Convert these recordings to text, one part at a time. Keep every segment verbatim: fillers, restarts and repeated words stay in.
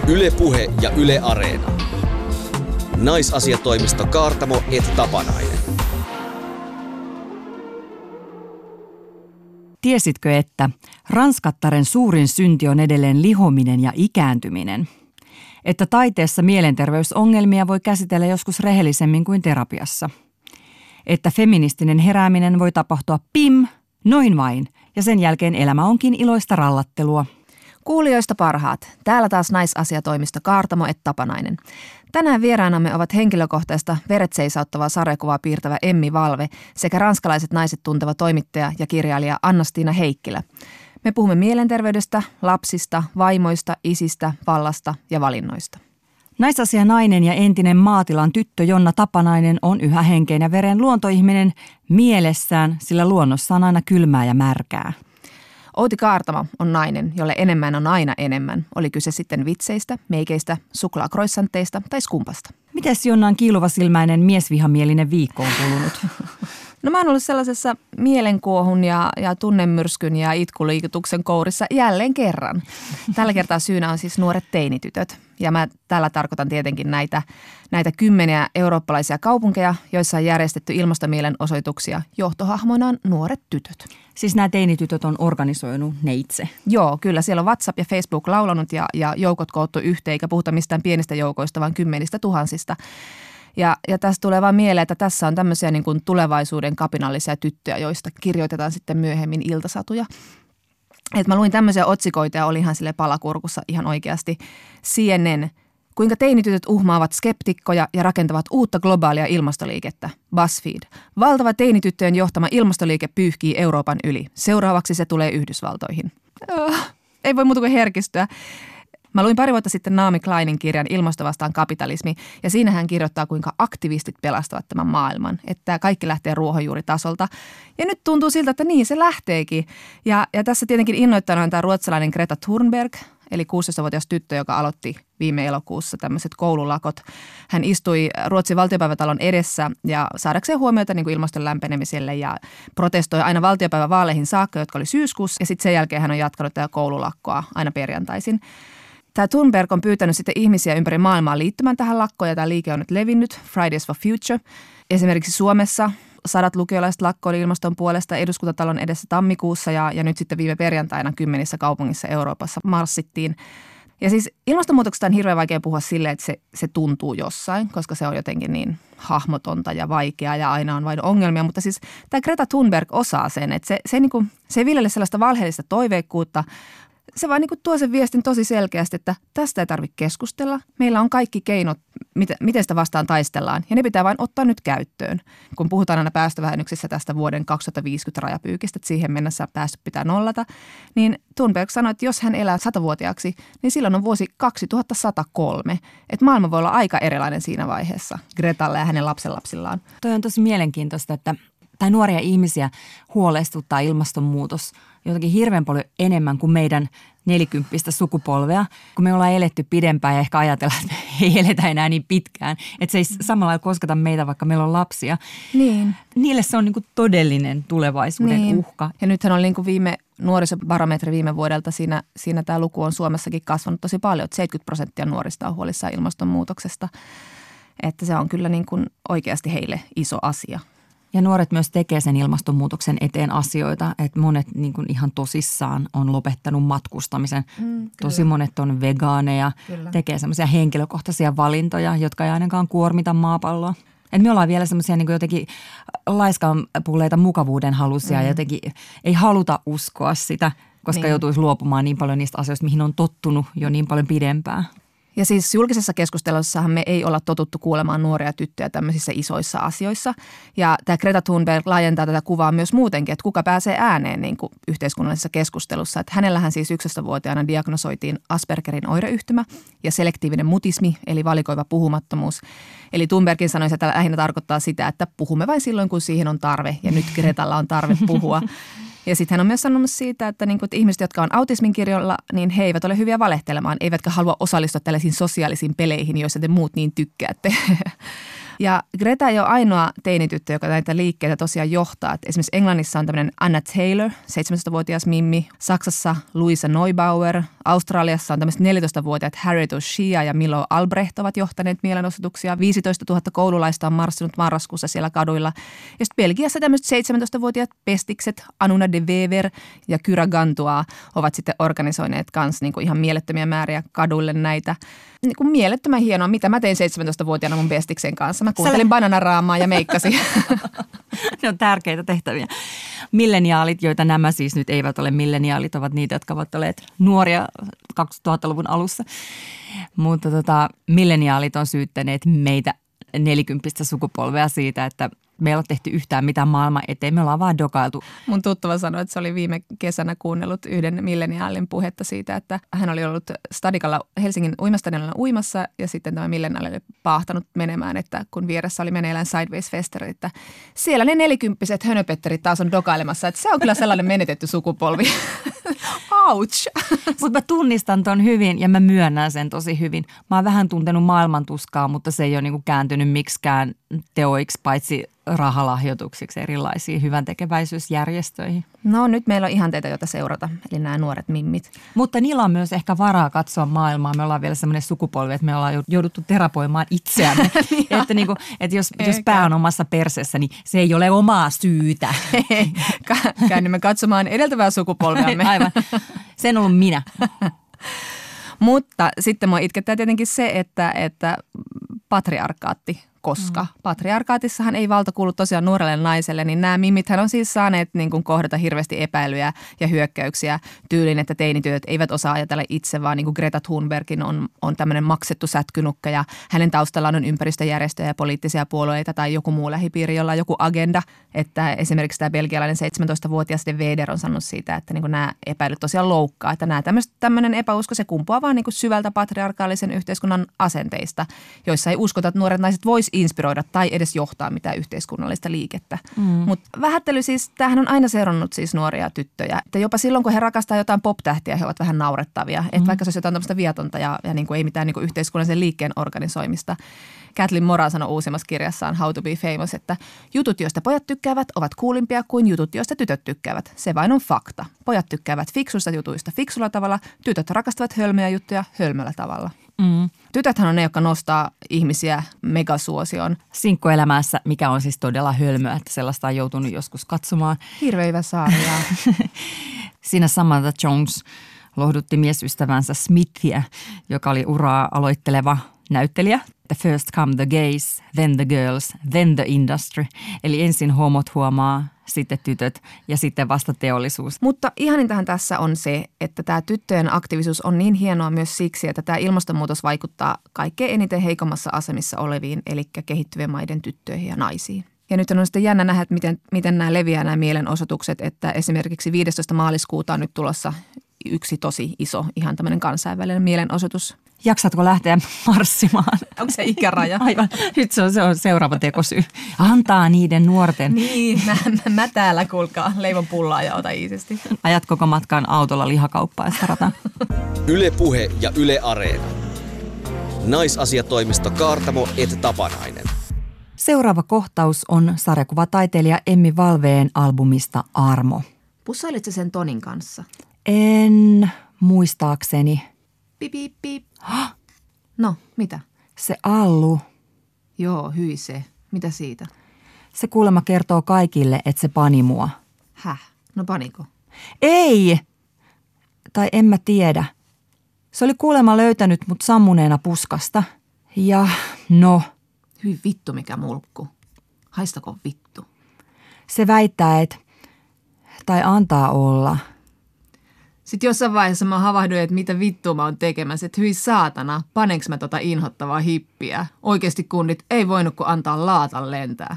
Yle Puhe ja Yle Areena. Naisasiatoimisto Kaartamo et Tapanainen. Tiesitkö, että ranskattaren suurin synti on edelleen lihominen ja ikääntyminen? Että taiteessa mielenterveysongelmia voi käsitellä joskus rehellisemmin kuin terapiassa? Että feministinen herääminen voi tapahtua pim, noin vain, ja sen jälkeen elämä onkin iloista rallattelua. Kuulijoista parhaat. Täällä taas naisasiatoimisto Kaartamo et Tapanainen. Tänään vieraanamme ovat henkilökohtaista veret seisauttavaa sarjakuvaa piirtävä Emmi Valve sekä ranskalaiset naiset tunteva toimittaja ja kirjailija Anna-Stiina Heikkilä. Me puhumme mielenterveydestä, lapsista, vaimoista, isistä, vallasta ja valinnoista. Naisasianainen ja entinen maatilan tyttö Jonna Tapanainen on yhä henkeen ja veren luontoihminen mielessään, sillä luonnossa on aina kylmää ja märkää. Outi Kaartamo on nainen, jolle enemmän on aina enemmän. Oli kyse sitten vitseistä, meikeistä, suklaakroissantteista tai skumpasta. Mites Jonnan kiiluvasilmäinen miesvihamielinen viikko on kulunut? No mä oon ollut sellaisessa mielenkuohun ja, ja tunnemyrskyn ja itkuliikutuksen kourissa jälleen kerran. Tällä kertaa syynä on siis nuoret teinitytöt. Ja mä tällä tarkoitan tietenkin näitä, näitä kymmeniä eurooppalaisia kaupunkeja, joissa on järjestetty ilmastomielenosoituksia. Johtohahmoinaan nuoret tytöt. Siis nämä teinitytöt on organisoinut ne itse? Joo, kyllä. Siellä on WhatsApp ja Facebook laulanut ja, ja joukot koottu yhteen, eikä puhuta mistään pienistä joukoista, vaan kymmenistä tuhansista. Ja, ja tässä tulee vaan mieleen, että tässä on tämmöisiä niin kuin tulevaisuuden kapinallisia tyttöjä, joista kirjoitetaan sitten myöhemmin iltasatuja. Et mä luin tämmöisiä otsikoita ja oli ihan sille palakurkussa ihan oikeasti. C N N, kuinka teinitytöt uhmaavat skeptikkoja ja rakentavat uutta globaalia ilmastoliikettä. BuzzFeed, valtava teinityttöjen johtama ilmastoliike pyyhkii Euroopan yli. Seuraavaksi se tulee Yhdysvaltoihin. Oh, ei voi muuta kuin herkistyä. Mä luin pari vuotta sitten Naomi Kleinin kirjan Ilmasto vastaan kapitalismi, ja siinä hän kirjoittaa, kuinka aktivistit pelastavat tämän maailman. Että kaikki lähtee ruohonjuuritasolta. Ja nyt tuntuu siltä, että niin se lähteekin. Ja, ja tässä tietenkin innoittanut on tämä ruotsalainen Greta Thunberg, eli kuusitoistavuotias tyttö, joka aloitti viime elokuussa tämmöiset koululakot. Hän istui Ruotsin valtiopäivätalon edessä ja saadakseen huomiota niin kuin ilmaston lämpenemiselle ja protestoi aina valtiopäivävaaleihin saakka, jotka oli syyskuussa. Ja sitten sen jälkeen hän on jatkanut tätä koululakkoa aina perjantaisin. Tämä Thunberg on pyytänyt sitten ihmisiä ympäri maailmaa liittymään tähän lakkoon ja tämä liike on nyt levinnyt, Fridays for Future. Esimerkiksi Suomessa sadat lukiolaiset lakkoili ilmaston puolesta eduskuntatalon edessä tammikuussa ja, ja nyt sitten viime perjantaina kymmenissä kaupungissa Euroopassa marssittiin. Ja siis ilmastonmuutoksesta on hirveän vaikea puhua silleen, että se, se tuntuu jossain, koska se on jotenkin niin hahmotonta ja vaikeaa ja aina on vain ongelmia. Mutta siis tämä Greta Thunberg osaa sen, että se, se, ei, niin kuin, se ei viljele sellaista valheellista toiveikkuutta. Se vaan niin kuin tuo sen viestin tosi selkeästi, että tästä ei tarvitse keskustella. Meillä on kaikki keinot, miten sitä vastaan taistellaan, ja ne pitää vain ottaa nyt käyttöön. Kun puhutaan aina päästövähennyksissä tästä vuoden kaksituhattaviisikymmentä rajapyykistä, että siihen mennessä päästöt pitää nollata, niin Thunberg sanoi, että jos hän elää satavuotiaaksi, niin silloin on vuosi kaksituhattasatakolme. Että maailma voi olla aika erilainen siinä vaiheessa Gretalle ja hänen lapsenlapsillaan. Toi on tosi mielenkiintoista, että tai nuoria ihmisiä huolestuttaa ilmastonmuutos jotenkin hirveän paljon enemmän kuin meidän nelikymppistä sukupolvea, kun me ollaan eletty pidempään ja ehkä ajatellaan, että me ei eletä enää niin pitkään, että se ei samalla lailla kosketa meitä, vaikka meillä on lapsia. Niin. Niille se on niin kuin todellinen tulevaisuuden niin. uhka. Ja nythän on niin kuin viime nuorisobarometri viime vuodelta, siinä, siinä tämä luku on Suomessakin kasvanut tosi paljon, että seitsemänkymmentä prosenttia nuorista on huolissaan ilmastonmuutoksesta, että se on kyllä niin kuin oikeasti heille iso asia. Ja nuoret myös tekee sen ilmastonmuutoksen eteen asioita, että monet niin kuin ihan tosissaan on lopettanut matkustamisen. Mm, Tosi monet on vegaaneja, kyllä. Tekee semmoisia henkilökohtaisia valintoja, jotka ei ainakaan kuormita maapalloa. Et me ollaan vielä semmoisia niin kuin jotenkin laiskanpulleita mukavuuden halusia mm. ja jotenkin ei haluta uskoa sitä, koska niin. joutuisi luopumaan niin paljon niistä asioista, mihin on tottunut jo niin paljon pidempään. Ja siis julkisessa keskustelussahan me ei olla totuttu kuulemaan nuoria tyttöjä tämmöisissä isoissa asioissa. Ja tämä Greta Thunberg laajentaa tätä kuvaa myös muutenkin, että kuka pääsee ääneen niin kuin yhteiskunnallisessa keskustelussa. Että hänellähän siis yksitoistavuotiaana diagnosoitiin Aspergerin oireyhtymä ja selektiivinen mutismi, eli valikoiva puhumattomuus. Eli Thunbergin sanoisi, että lähinnä tarkoittaa sitä, että puhumme vain silloin, kun siihen on tarve, ja nyt Gretalla on tarve puhua. Ja sitten hän on myös sanonut siitä, että, niin kuin, että ihmiset, jotka on autismin kirjoilla, niin he eivät ole hyviä valehtelemaan, eivätkä halua osallistua tällaisiin sosiaalisiin peleihin, joissa te muut niin tykkäätte. Ja Greta ei ole ainoa teinityttö, joka näitä liikkeitä tosiaan johtaa. Et esimerkiksi Englannissa on tämmöinen Anna Taylor, seitsemäntoistavuotias mimmi. Saksassa Luisa Neubauer. Australiassa on tämmöiset neljätoistavuotiaat Harriet O'Shea ja Milo Albrecht ovat johtaneet mielenosoituksia. viisitoistatuhatta koululaista on marssinut marraskuussa siellä kaduilla. Ja sitten Belgiassa tämmöiset seitsemäntoistavuotiaat pestikset Anuna de Wever ja Kyra Gantua ovat sitten organisoineet kanssa niin kuin ihan mielettömiä määriä kaduille näitä. Niin kuin mielettömän hienoa, mitä mä tein seitsemäntoistavuotiaana mun bestiksen kanssa. Mä kuuntelin bananaraamaa ja meikkasin. Ne on tärkeitä tehtäviä. Milleniaalit, joita nämä siis nyt eivät ole milleniaalit, ovat niitä, jotka ovat olleet nuoria kaksituhattaluvun alussa. Mutta tota, milleniaalit on syyttäneet meitä nelikymppistä sukupolvea siitä, että me ei ole tehty yhtään mitään maailman eteen, me ollaan vaan dokailtu. Mun tuttava sanoi, että se oli viime kesänä kuunnellut yhden milleniaalin puhetta siitä, että hän oli ollut Stadikalla Helsingin uimastadionilla uimassa ja sitten tämä milleniaali oli paahtanut menemään, että kun vieressä oli meneillään Sideways-festari, että siellä ne nelikymppiset hönöpetterit taas on dokailemassa, että se on kyllä sellainen menetetty sukupolvi. Ouch! Mutta mä tunnistan ton hyvin ja mä myönnän sen tosi hyvin. Mä oon vähän tuntenut maailmantuskaa, mutta se ei ole niinku kääntynyt miksikään teoiksi, paitsi rahalahjoituksiksi erilaisiin hyväntekeväisyysjärjestöihin. No nyt meillä on ihanteita, joita seurata, eli nämä nuoret mimmit. Mutta niillä on myös ehkä varaa katsoa maailmaa. Me ollaan vielä semmoinen sukupolvi, että me ollaan jouduttu terapoimaan itseämme. että, niinku, että jos, jos pää on omassa perseessä, niin se ei ole omaa syytä. Käännymme katsomaan edeltävää sukupolveamme. Aivan. Se on ollut minä. Mutta sitten mua itkettää tietenkin se, että, että patriarkaatti, koska mm. patriarkaatissahan ei valta kuulu tosiaan nuorelle naiselle, niin nämä mimmithän on siis saaneet niin kuin kohdata hirveästi epäilyjä ja hyökkäyksiä tyylin, että teinitytöt eivät osaa ajatella itse, vaan niin kuin Greta Thunbergin on, on tämmöinen maksettu sätkynukka ja hänen taustallaan on ympäristöjärjestöjä ja poliittisia puolueita tai joku muu lähipiiri, jolla on joku agenda, että esimerkiksi tämä belgialainen seitsemäntoistavuotias de Weder on sanonut siitä, että niin kuin nämä epäilyt tosiaan loukkaa, että nämä tämmöinen epäusko, se kumpuaa vaan niin kuin syvältä patriarkaalisen yhteiskunnan asenteista, joissa ei uskota, että nuoret naiset vois inspiroida tai edes johtaa mitään yhteiskunnallista liikettä. Mm. Mutta vähättely siis, tämähän on aina seurannut siis nuoria tyttöjä. Että jopa silloin, kun he rakastaa jotain pop-tähtiä, he ovat vähän naurettavia. Mm. Että vaikka se olisi jotain tämmöistä viatonta ja, ja niin kuin ei mitään niin kuin yhteiskunnallisen liikkeen organisoimista. Kathleen Moran sanoi uusimmassa kirjassaan How to be famous, että jutut, joista pojat tykkäävät, ovat kuulimpia kuin jutut, joista tytöt tykkäävät. Se vain on fakta. Pojat tykkäävät fiksuista jutuista fiksulla tavalla, tytöt rakastavat hölmöjä juttuja hölmöllä tavalla. Mm. Tytöthän on ne, jotka nostaa ihmisiä megasuosioon. Sinkkuelämässä, mikä on siis todella hölmöä, että sellaista on joutunut joskus katsomaan. Hirveän hyvä sarja. Siinä Samantha Jones lohdutti miesystävänsä Smithia, joka oli uraa aloitteleva näyttelijä. The first come the gays, then the girls, then the industry. Eli ensin homot huomaa, sitten tytöt ja sitten vasta teollisuus. Mutta ihanintahan tässä on se, että tämä tyttöjen aktiivisuus on niin hienoa myös siksi, että tämä ilmastonmuutos vaikuttaa kaikkein eniten heikommassa asemissa oleviin, eli kehittyvien maiden tyttöihin ja naisiin. Ja nyt on sitten jännä nähdä, että miten, miten nämä leviää nämä mielenosoitukset, että esimerkiksi viidestoista maaliskuuta on nyt tulossa yksi tosi iso, ihan tämmöinen kansainvälinen mielenosoitus. Jaksatko lähteä marssimaan? Onko se ikäraja? Aivan. Nyt se on, se on seuraava tekosyy. Antaa niiden nuorten. Niin, mä, mä täällä kuulkaa. Leivon pullaa ja ota iisisti. Ajat koko matkaan autolla lihakauppaa ja rata. Yle Puhe ja Yle Areena. Naisasiatoimisto Kaartamo et Tapanainen. Seuraava kohtaus on sarjakuvataiteilija Emmi Valveen albumista Armo. Pussailitko sen Tonin kanssa? En muistaakseni. Pip, pip, pip. No, mitä? Se Allu. Joo, hyi se. Mitä siitä? Se kuulemma kertoo kaikille, että se pani mua. Häh? No paniko? Ei! Tai en mä tiedä. Se oli kuulemma löytänyt mut sammuneena puskasta. Ja no. Hyi vittu mikä mulkku. Haistako vittu? Se väittää, että, tai antaa olla. Sitten jossain vaiheessa mä havahduin, että mitä vittua mä oon tekemässä. Että hyi saatana, panenks mä tota inhottavaa hippiä? Oikeesti kunnit ei voinut kun antaa laatan lentää.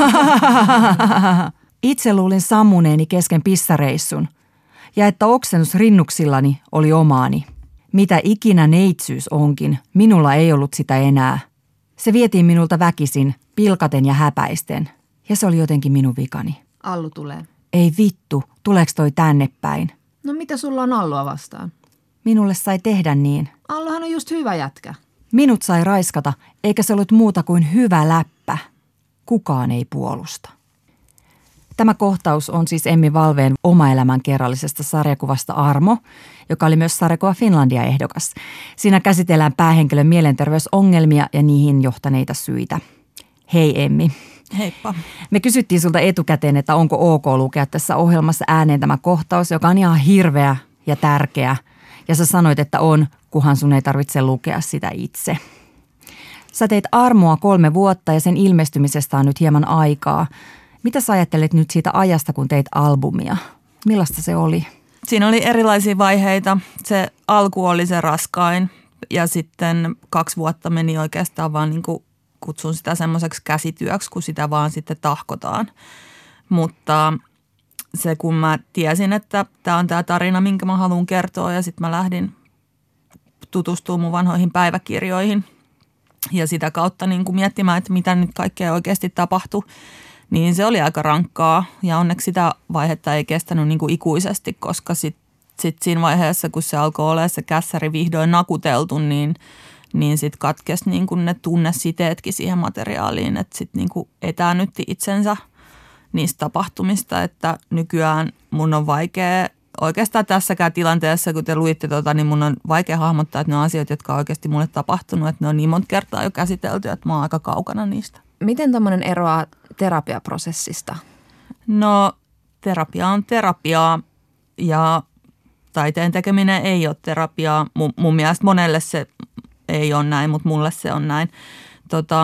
Itse luulin sammuneeni kesken pissareissun. Ja että oksennus rinnuksillani oli omaani. Mitä ikinä neitsyys onkin, minulla ei ollut sitä enää. Se vietiin minulta väkisin, pilkaten ja häpäisten. Ja se oli jotenkin minun vikani. Allu tulee. Ei vittu, tuleeks toi tänne päin? No mitä sulla on Allua vastaan? Minulle sai tehdä niin. Alluhan on just hyvä jätkä. Minut sai raiskata, eikä se ollut muuta kuin hyvä läppä. Kukaan ei puolusta. Tämä kohtaus on siis Emmi Valveen oma elämän kerrallisesta sarjakuvasta Armo, joka oli myös sarjakuva Finlandia-ehdokas. Siinä käsitellään päähenkilön mielenterveysongelmia ja niihin johtaneita syitä. Hei Emmi. Heippa. Me kysyttiin sulta etukäteen, että onko ok lukea tässä ohjelmassa ääneen tämä kohtaus, joka on ihan hirveä ja tärkeä. Ja sä sanoit, että on, kunhan sun ei tarvitse lukea sitä itse. Sä teit Armoa kolme vuotta ja sen ilmestymisestä on nyt hieman aikaa. Mitä sä ajattelet nyt siitä ajasta, kun teit albumia? Millaista se oli? Siinä oli erilaisia vaiheita. Se alku oli se raskain ja sitten kaksi vuotta meni oikeastaan vaan niin kuin kutsun sitä semmoiseksi käsityöksi, kun sitä vaan sitten tahkotaan. Mutta se kun mä tiesin, että tämä on tämä tarina, minkä mä haluan kertoa ja sitten mä lähdin tutustumaan mun vanhoihin päiväkirjoihin ja sitä kautta niin kuin miettimään, että mitä nyt kaikkea oikeasti tapahtui. Niin se oli aika rankkaa ja onneksi sitä vaihetta ei kestänyt niin kuin ikuisesti, koska sitten sit siinä vaiheessa, kun se alkoi olla se kässäri vihdoin nakuteltu, niin, niin sitten katkesi niin kuin ne tunnesiteetkin siihen materiaaliin, että sitten niin kuin etäännytti itsensä niistä tapahtumista, että nykyään mun on vaikea, oikeastaan tässäkään tilanteessa, kun te luitte tota, niin mun on vaikea hahmottaa, että ne on asioita, jotka on oikeasti mulle tapahtunut, että ne on niin monta kertaa jo käsitelty, että mä oon aika kaukana niistä. Miten tämmöinen eroaa terapiaprosessista? No terapia on terapiaa ja taiteen tekeminen ei ole terapiaa. Mun, mun mielestä monelle se ei ole näin, mutta mulle se on näin. Tota,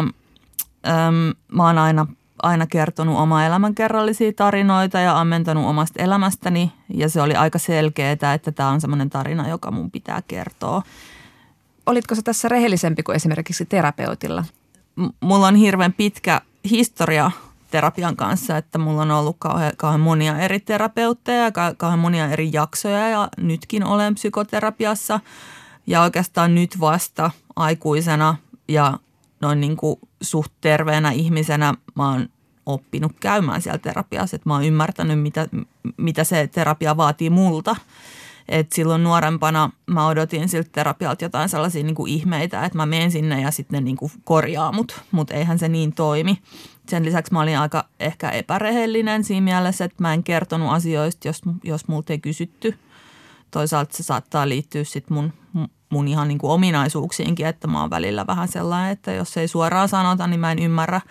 äm, mä oon aina, aina kertonut oma elämänkerrallisia tarinoita ja ammentanut omasta elämästäni ja se oli aika selkeää, että tämä on semmoinen tarina, joka mun pitää kertoa. Olitko sä tässä rehellisempi kuin esimerkiksi terapeutilla? Mulla on hirveän pitkä historia terapian kanssa, että mulla on ollut kauhean, kauhean monia eri terapeutteja ja kauhean monia eri jaksoja ja nytkin olen psykoterapiassa ja oikeastaan nyt vasta aikuisena ja noin niin kuin suht terveenä ihmisenä mä oon oppinut käymään siellä terapiassa, että mä oon ymmärtänyt, mitä, mitä se terapia vaatii multa. Et silloin nuorempana mä odotin siltä terapialta jotain sellaisia niin kuin ihmeitä, että mä menen sinne ja sitten ne niin kuin korjaa mut, mutta eihän se niin toimi. Sen lisäksi mä olin aika ehkä epärehellinen siinä mielessä, että mä en kertonut asioista, jos, jos multa ei kysytty. Toisaalta se saattaa liittyä sitten mun, mun ihan niin kuin ominaisuuksiinkin, että mä oon välillä vähän sellainen, että jos ei suoraan sanota, niin mä en ymmärrä.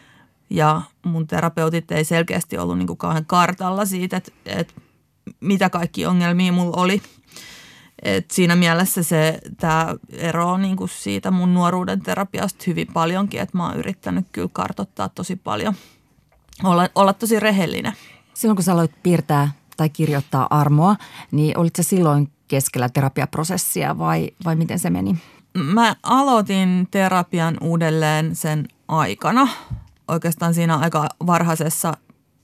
Ja mun terapeutit ei selkeästi ollut niin kuin kauhean kartalla siitä, että, että mitä kaikki ongelmia mulla oli. Et siinä mielessä se, tämä eroaa niin kuin siitä mun nuoruuden terapiasta hyvin paljonkin, että mä oon yrittänyt kyllä kartoittaa tosi paljon, olla, olla tosi rehellinen. Silloin kun sä aloit piirtää tai kirjoittaa Armoa, niin olitko sä silloin keskellä terapiaprosessia vai, vai miten se meni? Mä aloitin terapian uudelleen sen aikana. Oikeastaan siinä aika varhaisessa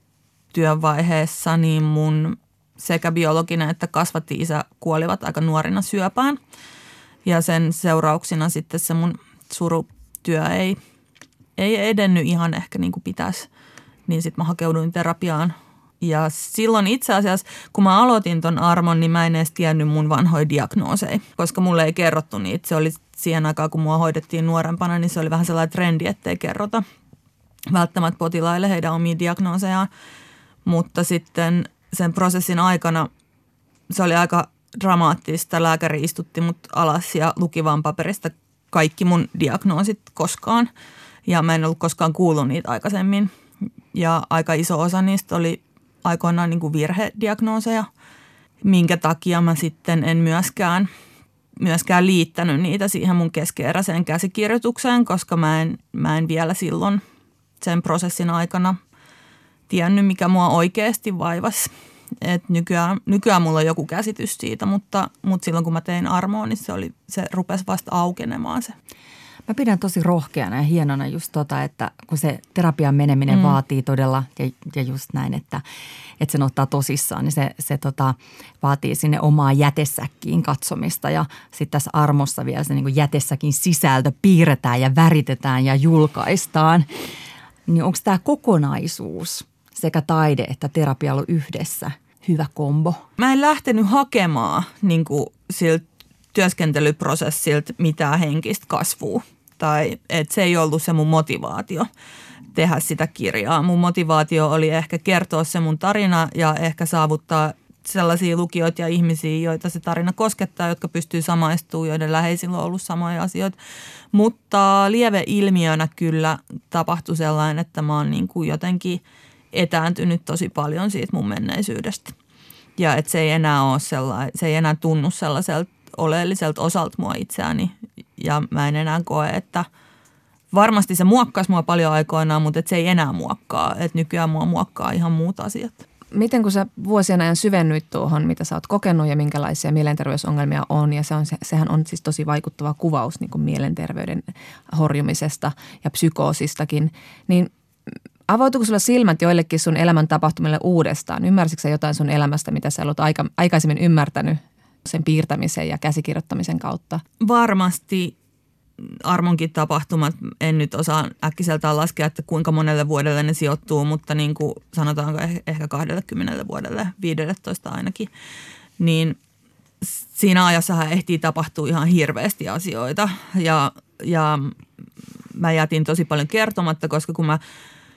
työvaiheessa niin mun sekä biologinen että kasvatti-isä kuolivat aika nuorina syöpään. Ja sen seurauksena sitten se mun surutyö ei, ei edennyt ihan ehkä niin kuin pitäisi. Niin sitten mä hakeuduin terapiaan. Ja silloin itse asiassa, kun mä aloitin ton Armon, niin mä en edes tiennyt mun vanhoja diagnooseja, koska mulle ei kerrottu niitä. Se oli siihen aikaan, kun mua hoidettiin nuorempana, niin se oli vähän sellainen trendi, ettei kerrota välttämättä potilaille heidän omia diagnoosejaan. Mutta sitten sen prosessin aikana se oli aika dramaattista. Lääkäri istutti mut alas ja luki vaan paperista kaikki mun diagnoosit koskaan. Ja mä en ollut koskaan kuullut niitä aikaisemmin. Ja aika iso osa niistä oli aikoinaan niin kuin virhediagnooseja, minkä takia mä sitten en myöskään, myöskään liittänyt niitä siihen mun keskeeräiseen käsikirjoitukseen, koska mä en, mä en vielä silloin sen prosessin aikana tiennyt, mikä mua oikeasti vaivasi. Et nykyään, nykyään mulla on joku käsitys siitä, mutta, mutta silloin kun mä tein Armoa, niin se, oli, se rupesi vasta aukenemaan se. Mä pidän tosi rohkeana ja hienona just tota, että kun se terapian meneminen mm. vaatii todella, ja, ja just näin, että, että sen ottaa tosissaan, niin se, se tota, vaatii sinne omaa jätesäkkiin katsomista. Ja sitten tässä Armossa vielä se niin kuin jätesäkin sisältö piirretään ja väritetään ja julkaistaan. Niin onko tämä kokonaisuus sekä taide että terapia ollut yhdessä hyvä kombo? Mä en lähtenyt hakemaan niin kuin siltä työskentelyprosessilta mitään henkistä kasvua. Tai että se ei ollut se mun motivaatio tehdä sitä kirjaa. Mun motivaatio oli ehkä kertoa se mun tarina ja ehkä saavuttaa sellaisia lukijoita ja ihmisiä, joita se tarina koskettaa, jotka pystyy samaistumaan, joiden läheisillä on ollut samoja asioita. Mutta lieveilmiönä kyllä tapahtui sellainen, että mä oon niin kuin jotenkin etääntynyt tosi paljon siitä mun menneisyydestä. Ja että se ei enää ole sellainen, se ei enää tunnu sellaiselta oleelliselta osalta mua itseäni. Ja mä en enää koe, että varmasti se muokkasi mua paljon aikoinaan, mutta että se ei enää muokkaa. Että nykyään mua muokkaa ihan muut asiat. Miten kun sä vuosien ajan syvennyit tuohon, mitä sä oot kokenut ja minkälaisia mielenterveysongelmia on, ja se on, sehän on siis tosi vaikuttava kuvaus niin kuin mielenterveyden horjumisesta ja psykoosistakin, niin avautuiko sulla silmät joillekin sun elämän tapahtumille uudestaan? Ymmärsitkö sä jotain sun elämästä, mitä sä olet aika, aikaisemmin ymmärtänyt sen piirtämisen ja käsikirjoittamisen kautta? Varmasti Armonkin tapahtumat, en nyt osaa äkkiseltään laskea, että kuinka monelle vuodelle ne sijoittuu, mutta niin kuin sanotaanko ehkä kaksikymmentä vuodelle, viisitoista ainakin, niin siinä ajassahan ehtii tapahtua ihan hirveästi asioita ja, ja mä jätin tosi paljon kertomatta, koska kun mä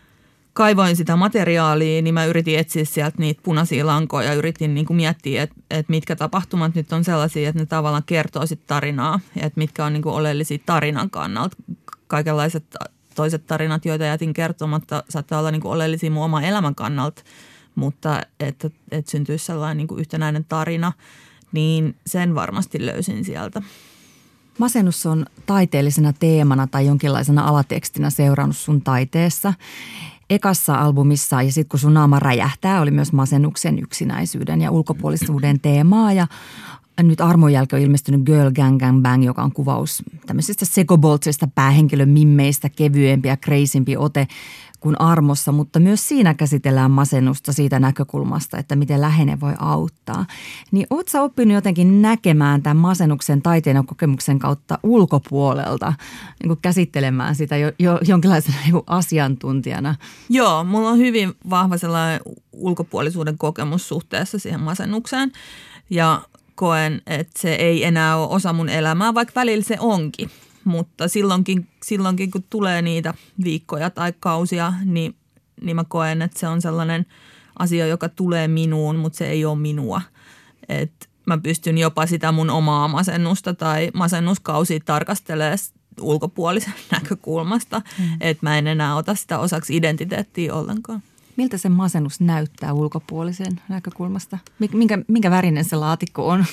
kaivoin sitä materiaalia, niin mä yritin etsiä sieltä niitä punaisia lankoja ja yritin niin kuin miettiä, että, että mitkä tapahtumat nyt on sellaisia, että ne tavallaan kertoo sit tarinaa ja että mitkä on niin kuin oleellisia tarinan kannalta. Kaikenlaiset toiset tarinat, joita jätin kertomatta, saattaa olla niin kuin oleellisia mun oman elämän kannalta, mutta että, että syntyisi sellainen niin kuin yhtenäinen tarina, niin sen varmasti löysin sieltä. Masennus on taiteellisena teemana tai jonkinlaisena alatekstinä seurannut sun taiteessa. Ekassa albumissa ja sitten kun sun naama räjähtää, oli myös masennuksen, yksinäisyyden ja ulkopuolisuuden teemaa. Ja nyt Armon jälkeen on ilmestynyt Girl Gang Gang Bang, joka on kuvaus tämmöisistä sekoboltsista päähenkilön mimmeistä, kevyempi ja crazympi ote kuin Armossa. Mutta myös siinä käsitellään masennusta siitä näkökulmasta, että miten läheinen voi auttaa. Niin oot sä oppinut jotenkin näkemään tämän masennuksen taiteen ja kokemuksen kautta ulkopuolelta, niin kuin käsittelemään sitä jo, jo, jonkinlaisena niin kuin asiantuntijana? Joo, mulla on hyvin vahva sellainen ulkopuolisuuden kokemus suhteessa siihen masennukseen ja koen, että se ei enää ole osa mun elämää, vaikka välillä se onkin. Mutta silloinkin, silloinkin, kun tulee niitä viikkoja tai kausia, niin, niin mä koen, että se on sellainen asia, joka tulee minuun, mutta se ei ole minua. Että mä pystyn jopa sitä mun omaa masennusta tai masennuskausia tarkastelemaan ulkopuolisen näkökulmasta. Mm. Että mä en enää ota sitä osaksi identiteettiä ollenkaan. Miltä se masennus näyttää ulkopuolisen näkökulmasta? Minkä, minkä värinen se laatikko on?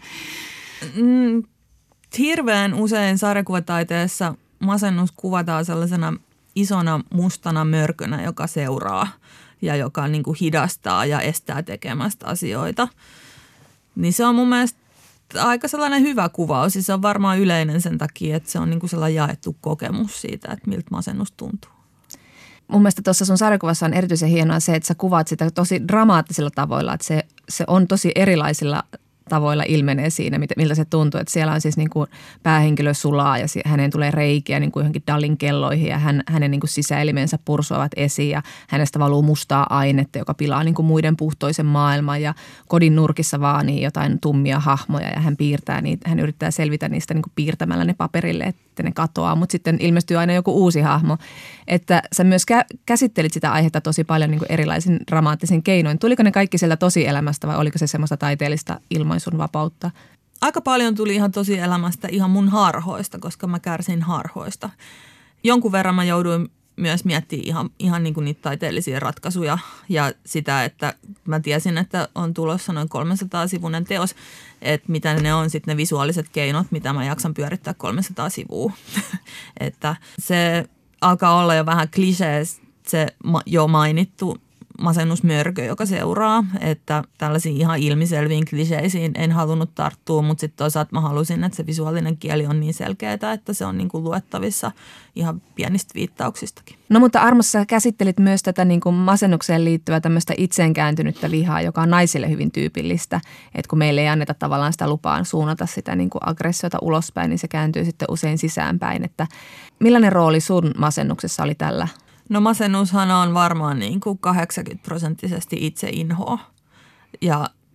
Mm, hirveän usein sarjakuvataiteessa masennus kuvataan sellaisena isona mustana mörkönä, joka seuraa ja joka niin kuin hidastaa ja estää tekemästä asioita. Niin se on mun mielestä aika sellainen hyvä kuvaus. Se on varmaan yleinen sen takia, että se on niin kuin sellainen jaettu kokemus siitä, että miltä masennus tuntuu. Mun mielestä tuossa sun sarjakuvassa on erityisen hienoa se, että sä kuvaat sitä tosi dramaattisilla tavoilla, että se, se on tosi erilaisilla tavoilla ilmenee siinä, miltä se tuntuu. Että siellä on siis niin kuin päähenkilö sulaa ja hänen tulee reikiä niin kuin johonkin Dalin kelloihin ja hän, hänen niin kuin sisäelimensä pursuavat esiin ja hänestä valuu mustaa ainetta, joka pilaa niin kuin muiden puhtoisen maailman ja kodin nurkissa vaanii jotain tummia hahmoja ja hän piirtää niitä, hän yrittää selvitä niistä niin kuin piirtämällä ne paperille, että ne katoaa, mutta sitten ilmestyy aina joku uusi hahmo. Että sä myös kä- käsittelit sitä aihetta tosi paljon niin kuin erilaisin dramaattisin keinoin. Tuliko ne kaikki sieltä tosielämästä vai oliko se semmoista taiteellista ilmaisun vapautta? Aika paljon tuli ihan tosielämästä, ihan mun harhoista, koska mä kärsin harhoista. Jonkun verran mä jouduin myös miettimään ihan, ihan niin kuin niitä taiteellisia ratkaisuja ja sitä, että mä tiesin, että on tulossa noin kolmesataa sivuinen teos, että mitä ne on sitten ne visuaaliset keinot, mitä mä jaksan pyörittää kolmesataa sivua. Että se alkaa olla jo vähän klisee, se jo mainittu masennusmörkö, joka seuraa, että tällaisiin ihan ilmiselviin kliseisiin en halunnut tarttua, mutta sitten toisaalta mä halusin, että se visuaalinen kieli on niin selkeää, että se on niin kuin luettavissa ihan pienistä viittauksistakin. No mutta Armossa käsittelit myös tätä niin kuin masennukseen liittyvää tämmöistä itseenkääntynyttä vihaa, joka on naisille hyvin tyypillistä, että kun meille ei anneta tavallaan sitä lupaa suunnata sitä niin kuin aggressiota ulospäin, niin se kääntyy sitten usein sisäänpäin, että millainen rooli sun masennuksessa oli tällä? No masennushan on varmaan niin kuin kahdeksankymmentä prosenttisesti itse inhoa ja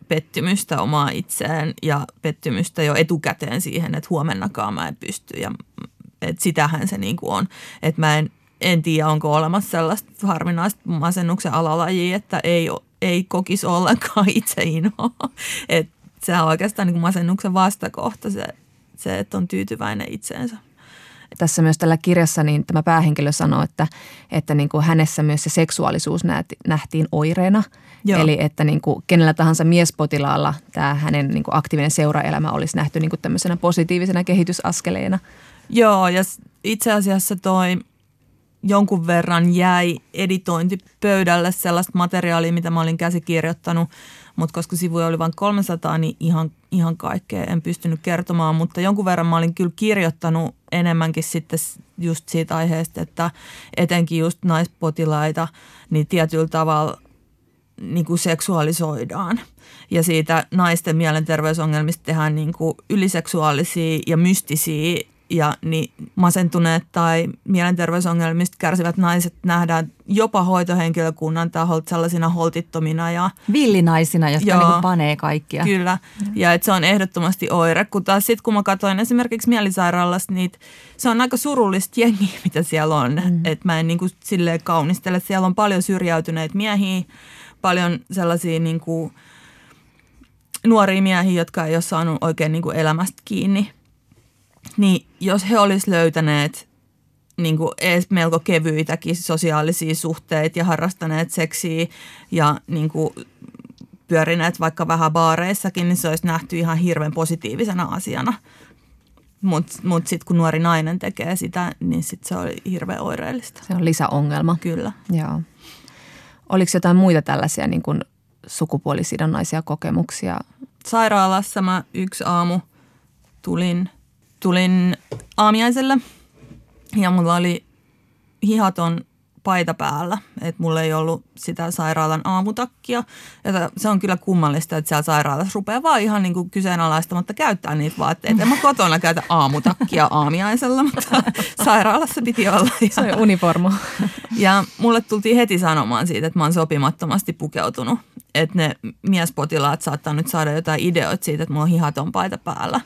pettymystä omaa itseen ja pettymystä jo etukäteen siihen, että huomennakaan mä en pysty. Ja että sitähän se niin kuin on. Että mä en, en tiedä, onko olemassa sellaista harvinaista masennuksen alalajia, että ei, ei kokisi ollenkaan itseinoa. Että se on oikeastaan niin kuin masennuksen vastakohta se, se, että on tyytyväinen itseensä. Tässä myös tällä kirjassa niin tämä päähenkilö sanoo, että, että niin kuin hänessä myös se seksuaalisuus nähtiin oireena. Joo. Eli että niin kuin kenellä tahansa miespotilaalla tämä hänen niin kuin aktiivinen seuraelämä olisi nähty niin kuin tämmöisenä positiivisena kehitysaskeleena. Joo, ja itse asiassa toi jonkun verran jäi editointipöydälle sellaista materiaalia, mitä mä olin käsikirjoittanut, mutta koska sivuja oli vain kolmesataa, niin ihan, ihan kaikkea en pystynyt kertomaan, mutta jonkun verran mä olin kyllä kirjoittanut enemmänkin sitten just siitä aiheesta, että etenkin just naispotilaita niin tietyllä tavalla niin kuin seksuaalisoidaan. Ja siitä naisten mielenterveysongelmista tehdään niin kuin yliseksuaalisia ja mystisiä ja niin masentuneet tai mielenterveysongelmista kärsivät naiset nähdään jopa hoitohenkilökunnan taholta sellaisina holtittomina. Ja villinaisina, jotka joo, niin panee kaikkia. Kyllä. Ja että se on ehdottomasti oire. Kun taas sitten kun mä katsoin esimerkiksi mielisairaalassa, niin se on aika surullista jengiä, mitä siellä on. Mm. Että mä en niin kuin silleen kaunistele. Siellä on paljon syrjäytyneitä miehiä, paljon sellaisia niin kuin nuoria miehiä, jotka ei ole saanut oikein niin kuin elämästä kiinni. Niin jos he olisi löytäneet niin kuin edes melko kevyitäkin sosiaalisia suhteita ja harrastaneet seksiä ja niin kuin pyörineet vaikka vähän baareissakin, niin se olisi nähty ihan hirveän positiivisena asiana. Mutta mut sitten kun nuori nainen tekee sitä, niin sitten se oli hirveän oireellista. Se on lisäongelma. Kyllä. Joo. Oliko jotain muita tällaisia niin kuin sukupuolisidonnaisia kokemuksia? Sairaalassa mä yksi aamu tulin... Tulin aamiaiselle ja mulla oli hihaton paita päällä, että mulla ei ollut sitä sairaalan aamutakkia. Ja se on kyllä kummallista, että siellä sairaalassa rupeaa vaan ihan niin kuin kyseenalaistamatta käyttää niitä vaatteita. En mä kotona käytä aamutakkia aamiaisella, mutta sairaalassa piti olla. Se on uniformu. Ja mulle tultiin heti sanomaan siitä, että mä oon sopimattomasti pukeutunut. Että ne miespotilaat saattaa nyt saada jotain ideoita siitä, että mulla on hihaton paita päällä.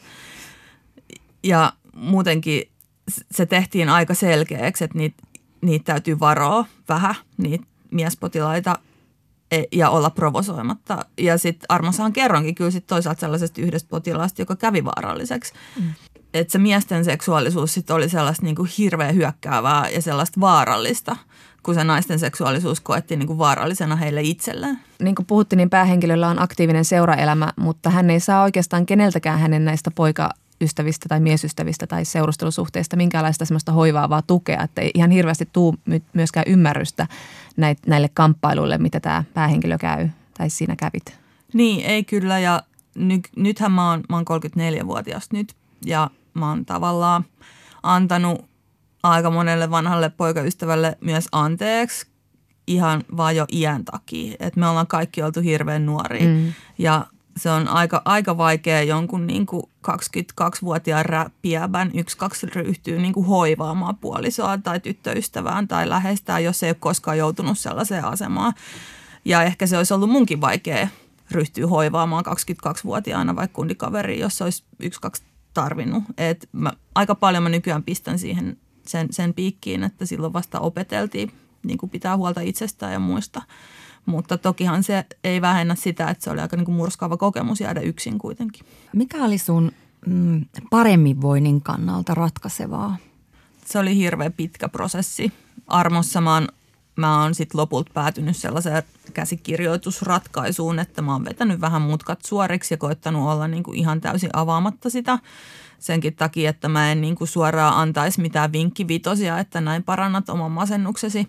Ja muutenkin se tehtiin aika selkeäksi, että niitä, niitä täytyy varoa vähän, niitä miespotilaita ja olla provosoimatta. Ja sitten Armossahan kerronkin kyllä sit toisaalta sellaisesta yhdestä potilaasta, joka kävi vaaralliseksi. Mm. Että se miesten seksuaalisuus sitten oli sellaista niinku hirveän hyökkäävää ja sellaista vaarallista, kun se naisten seksuaalisuus koettiin niinku vaarallisena heille itselleen. Niin kuin puhuttiin, niin päähenkilöllä on aktiivinen seuraelämä, mutta hän ei saa oikeastaan keneltäkään hänen näistä poika ystävistä tai miesystävistä tai seurustelusuhteista minkäänlaista semmoista hoivaavaa tukea, että ei ihan hirveästi tule myöskään ymmärrystä näille kamppailuille, mitä tämä päähenkilö käy tai siinä kävit. Niin, ei kyllä ja ny, nythän mä oon, mä oon kolmekymmentäneljävuotias nyt ja mä oon tavallaan antanut aika monelle vanhalle poikaystävälle myös anteeksi ihan vaan jo iän takia, että me ollaan kaikki oltu hirveän nuoria mm. ja se on aika, aika vaikea jonkun niin kuin kaksikymmentäkaksivuotiaan räppiävän yksi kaksi ryhtyy niin kuin hoivaamaan puolisoa tai tyttöystävään tai läheistään, jos ei ole koskaan joutunut sellaiseen asemaan. Ja ehkä se olisi ollut munkin vaikea ryhtyä hoivaamaan kaksikymmentäkaksivuotiaana vaikka kundikaveri, jos olisi yksi kaksi tarvinnut. Et mä, aika paljon mä nykyään pistän siihen sen, sen piikkiin, että silloin vasta opeteltiin niin kuin pitää huolta itsestään ja muista. Mutta tokihan se ei vähennä sitä, että se oli aika niin kuin murskaava kokemus jäädä yksin kuitenkin. Mikä oli sun mm, paremmin voinnin kannalta ratkaisevaa? Se oli hirveän pitkä prosessi. Armossa mä oon, mä oon sit lopulta päätynyt sellaiseen käsikirjoitusratkaisuun, että mä oon vetänyt vähän mutkat suoriksi ja koittanut olla niin kuin ihan täysin avaamatta sitä. Senkin takia, että mä en niin kuin suoraan antaisi mitään vinkkivitosia, että näin parannat oman masennuksesi.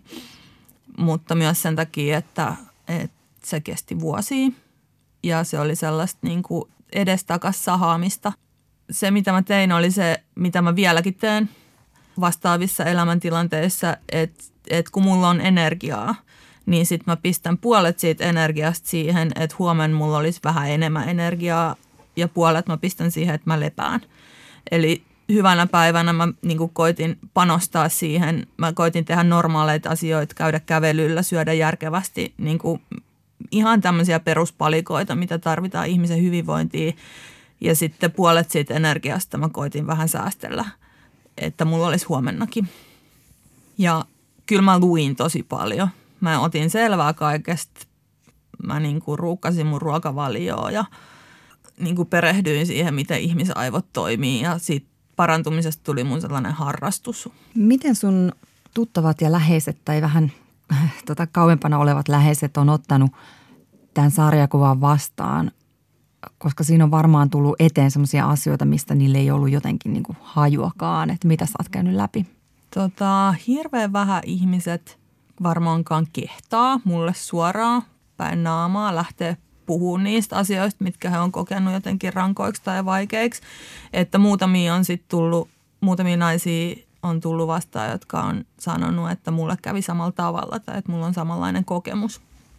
Mutta myös sen takia, että, että se kesti vuosia ja se oli sellaista niin kuin edestakas sahaamista. Se, mitä mä tein, oli se, mitä mä vieläkin teen vastaavissa elämäntilanteissa, että, että kun mulla on energiaa, niin sit mä pistän puolet siitä energiasta siihen, että huomenna mulla olisi vähän enemmän energiaa ja puolet mä pistän siihen, että mä lepään. Eli hyvänä päivänä mä niin kuin koitin panostaa siihen. Mä koitin tehdä normaaleita asioita, käydä kävelyllä, syödä järkevästi niin kuin ihan tämmöisiä peruspalikoita, mitä tarvitaan ihmisen hyvinvointiin. Ja sitten puolet siitä energiasta mä koitin vähän säästellä, että mulla olisi huomennakin. Ja kyllä mä luin tosi paljon. Mä otin selvää kaikesta. Mä niin kuin ruukkasin mun ruokavalioa ja niin kuin perehdyin siihen, miten ihmisaivot toimii. Ja siitä parantumisesta tuli mun sellainen harrastus. Miten sun tuttavat ja läheiset tai vähän tota, kauempana olevat läheiset on ottanut tämän sarjakuvan vastaan? Koska siinä on varmaan tullut eteen sellaisia asioita, mistä niille ei ollut jotenkin niin kuin hajuakaan. Että mitä sä oot käynyt läpi? Tota, hirveän vähän ihmiset varmaankaan kehtaa mulle suoraan päin naamaa lähteä puhumaan niistä asioista, mitkä he on kokenut jotenkin rankoiksi tai vaikeiksi. Että muutamia on sitten tullut, muutamia naisia on tullut vastaan, jotka on sanonut, että mulle kävi samalla tavalla tai että mulla on samanlainen kokemus.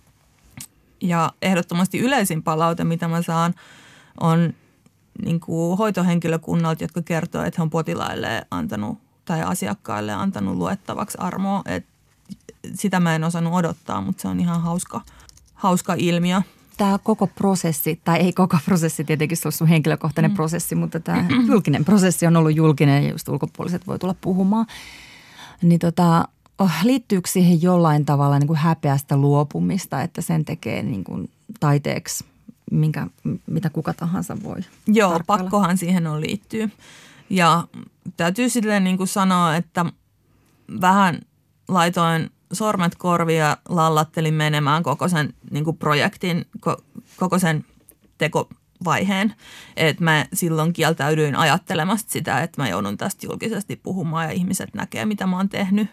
Ja ehdottomasti yleisin palaute, mitä mä saan, on niin kuin hoitohenkilökunnalta, jotka kertoo, että he on potilaille antanut tai asiakkaille antanut luettavaksi armoa. Et sitä mä en osannut odottaa, mutta se on ihan hauska, hauska ilmiö. Tämä koko prosessi, tai ei koko prosessi, tietenkin se on sun henkilökohtainen mm. prosessi, mutta tämä julkinen prosessi on ollut julkinen ja just ulkopuoliset voi tulla puhumaan. Niin tota, oh, liittyykö siihen jollain tavalla niin kuin häpeästä luopumista, että sen tekee niin kuin taiteeksi, minkä, mitä kuka tahansa voi Joo, tarkkailla? Pakkohan siihen on liittyy. Ja täytyy silleen niin kuin sanoa, että vähän laitoin sormet korviin ja lallattelin menemään koko sen niin kuin projektin, koko sen tekovaiheen. Että mä silloin kieltäydyin ajattelemasta sitä, että mä joudun tästä julkisesti puhumaan ja ihmiset näkee, mitä mä oon tehnyt.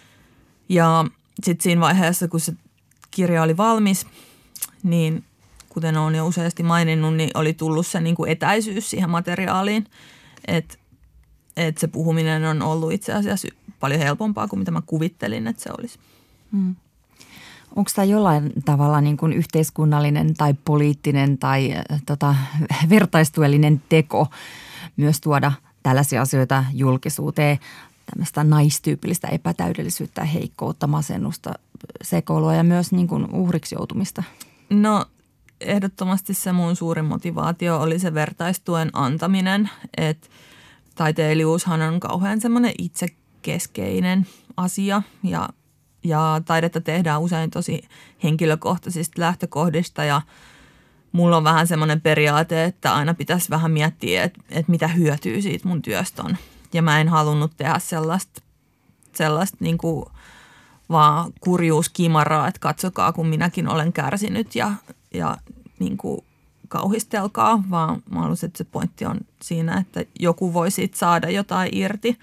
Ja sitten siinä vaiheessa, kun se kirja oli valmis, niin kuten olen jo useasti maininnut, niin oli tullut se niin kuin etäisyys siihen materiaaliin. Että et se puhuminen on ollut itse asiassa paljon helpompaa kuin mitä mä kuvittelin, että se olisi. Hmm. Onko tämä jollain tavalla niin kuin yhteiskunnallinen tai poliittinen tai äh, tota, vertaistuellinen teko myös tuoda tällaisia asioita julkisuuteen, tämmöistä naistyypillistä epätäydellisyyttä, heikkoutta, masennusta, sekoilua ja myös niin kuin uhriksi joutumista? No ehdottomasti se mun suurin motivaatio oli se vertaistuen antaminen, että taiteilijuushan on kauhean semmoinen itsekeskeinen asia ja, ja taidetta tehdään usein tosi henkilökohtaisista lähtökohdista ja mulla on vähän semmoinen periaate, että aina pitäisi vähän miettiä, että, että mitä hyötyy siitä mun työstä on. Ja mä en halunnut tehdä sellaista, sellaista niin kuin vaan kurjuuskimaraa, että katsokaa kun minäkin olen kärsinyt ja, ja niin kuin kauhistelkaa, vaan mä haluaisin, että se pointti on siinä, että joku voi siitä saada jotain irti.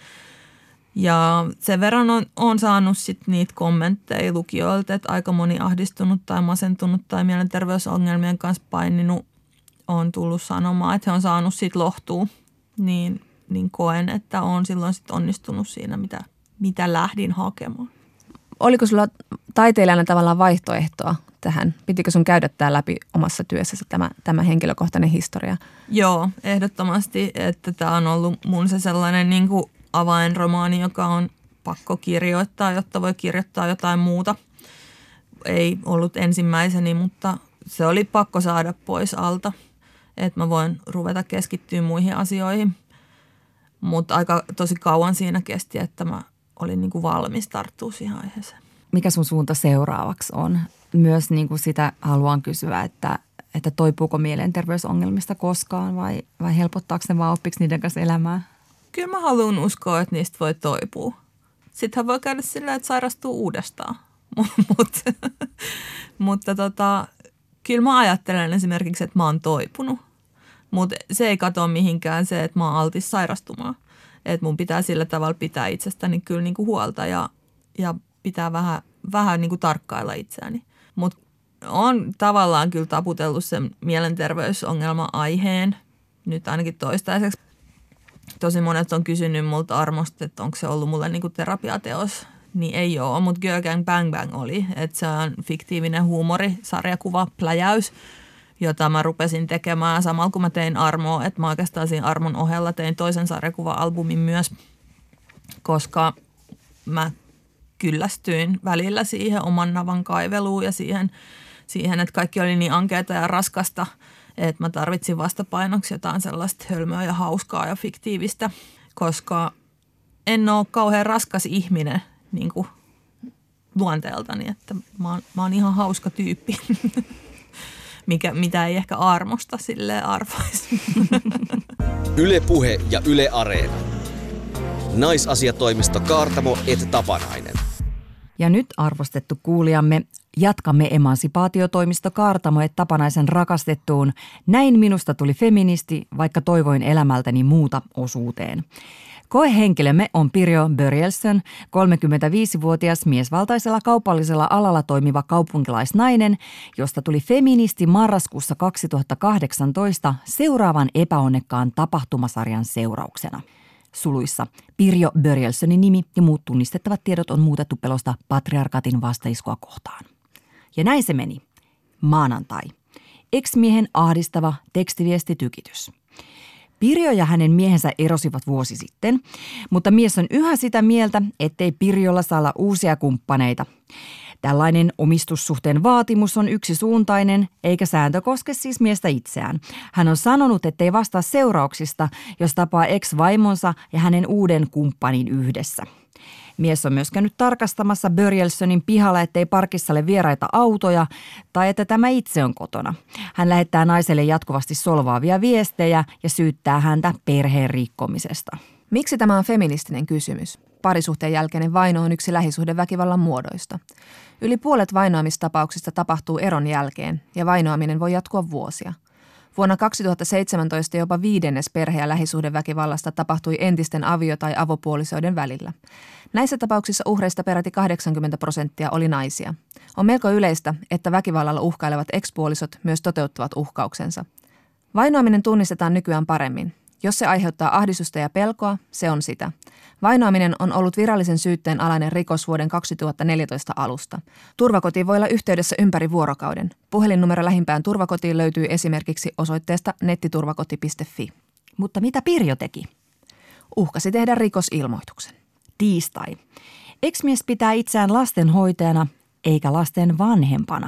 Ja sen verran on, on saanut sit niitä kommentteja lukijoilta, että aika moni ahdistunut tai masentunut tai mielenterveysongelmien kanssa paininut on tullut sanomaan, että he on saanut siitä lohtua. Niin, niin koen, että on silloin sit onnistunut siinä, mitä, mitä lähdin hakemaan. Oliko sulla taiteilijana tavallaan vaihtoehtoa tähän? Pitikö sun käydä tämä läpi omassa työssäsi tämä, tämä henkilökohtainen historia? Joo, ehdottomasti, että tämä on ollut mun se sellainen niin kuin avainromaani, joka on pakko kirjoittaa, jotta voi kirjoittaa jotain muuta. Ei ollut ensimmäiseni, mutta se oli pakko saada pois alta, että mä voin ruveta keskittyä muihin asioihin. Mutta aika tosi kauan siinä kesti, että mä olin niin kuin valmis tarttua siihen aiheeseen. Mikä sun suunta seuraavaksi on? Myös niin kuin sitä haluan kysyä, että, että toipuuko mielenterveysongelmista koskaan vai, vai helpottaako ne vaan oppiksi niiden kanssa elämää? Kyllä mä haluan uskoa, että niistä voi toipua. Sittenhän voi käydä sillä, että sairastuu uudestaan. Mut, mutta tota, kyllä mä ajattelen esimerkiksi, että mä oon toipunut. Mutta se ei katoa mihinkään se, että mä oon altis sairastumaan. Että mun pitää sillä tavalla pitää itsestäni kyllä niinku huolta ja, ja pitää vähän, vähän niinku tarkkailla itseäni. Mutta on tavallaan kyllä taputellut sen mielenterveysongelma-aiheen nyt ainakin toistaiseksi. Tosi monet on kysynyt multa armosta, että onko se ollut mulle niinku terapiateos. Niin ei ole, mutta Girl Gang Bang Bang oli. Että se on fiktiivinen huumori, sarjakuva, pläjäys, jota mä rupesin tekemään samalla kun mä tein Armoa. Että mä oikeastaan siinä Armon ohella tein toisen sarjakuva-albumin myös, koska mä kyllästyin välillä siihen oman navan kaiveluun ja siihen, siihen, että kaikki oli niin ankeata ja raskasta, että mä tarvitsin vastapainoksi jotain sellaista hölmöä ja hauskaa ja fiktiivistä, koska en ole kauhean raskas ihminen niin kuin luonteeltani, että mä oon, mä oon ihan hauska tyyppi, Mikä, mitä ei ehkä armosta silleen arvoisi. Yle Puhe ja Yle Areena. Naisasiatoimisto Kaartamo et Tapanainen. Ja nyt arvostettu kuulijamme, jatkamme emansipaatiotoimisto Kaartamo et Tapanaisen rakastettuun Näin minusta tuli feministi, vaikka toivoin elämältäni muuta osuuteen. Koehenkilömme on Pirjo Börjelsen, kolmekymmentäviisivuotias miesvaltaisella kaupallisella alalla toimiva kaupunkilaisnainen, josta tuli feministi marraskuussa kaksituhattakahdeksantoista seuraavan epäonnekkaan tapahtumasarjan seurauksena. Suluissa Pirjo Börjelsenin nimi ja muut tunnistettavat tiedot on muutettu pelosta patriarkatin vastaiskua kohtaan. Ja näin se meni. Maanantai. Ex-miehen ahdistava tekstiviestitykitys. Pirjo ja hänen miehensä erosivat vuosi sitten, mutta mies on yhä sitä mieltä, ettei Pirjolla saa olla uusia kumppaneita. Tällainen omistussuhteen vaatimus on yksisuuntainen, eikä sääntö koske siis miestä itseään. Hän on sanonut, ettei vastaa seurauksista, jos tapaa ex-vaimonsa ja hänen uuden kumppanin yhdessä. Mies on myös käynyt tarkastamassa Börjelsenin pihalla, ettei parkissa ole vieraita autoja tai että tämä itse on kotona. Hän lähettää naiselle jatkuvasti solvaavia viestejä ja syyttää häntä perheen rikkomisesta. Miksi tämä on feministinen kysymys? Parisuhteen jälkeinen vaino on yksi lähisuhdeväkivallan muodoista. Yli puolet vainoamistapauksista tapahtuu eron jälkeen ja vainoaminen voi jatkua vuosia. Vuonna kaksituhattaseitsemäntoista jopa viidennes perhe- ja lähisuhdeväkivallasta tapahtui entisten avio- tai avopuolisoiden välillä. Näissä tapauksissa uhreista peräti kahdeksankymmentä prosenttia oli naisia. On melko yleistä, että väkivallalla uhkailevat ekspuolisot myös toteuttavat uhkauksensa. Vainoaminen tunnistetaan nykyään paremmin. Jos se aiheuttaa ahdistusta ja pelkoa, se on sitä. Vainoaminen on ollut virallisen syytteen alainen rikos vuoden kaksituhattaneljätoista alusta. Turvakoti voi olla yhteydessä ympäri vuorokauden. Puhelinnumero lähimpään turvakotiin löytyy esimerkiksi osoitteesta nettiturvakoti piste fi. Mutta mitä Pirjo teki? Uhkasi tehdä rikosilmoituksen. Tiistai. Ex-mies pitää itseään lastenhoitajana eikä lasten vanhempana.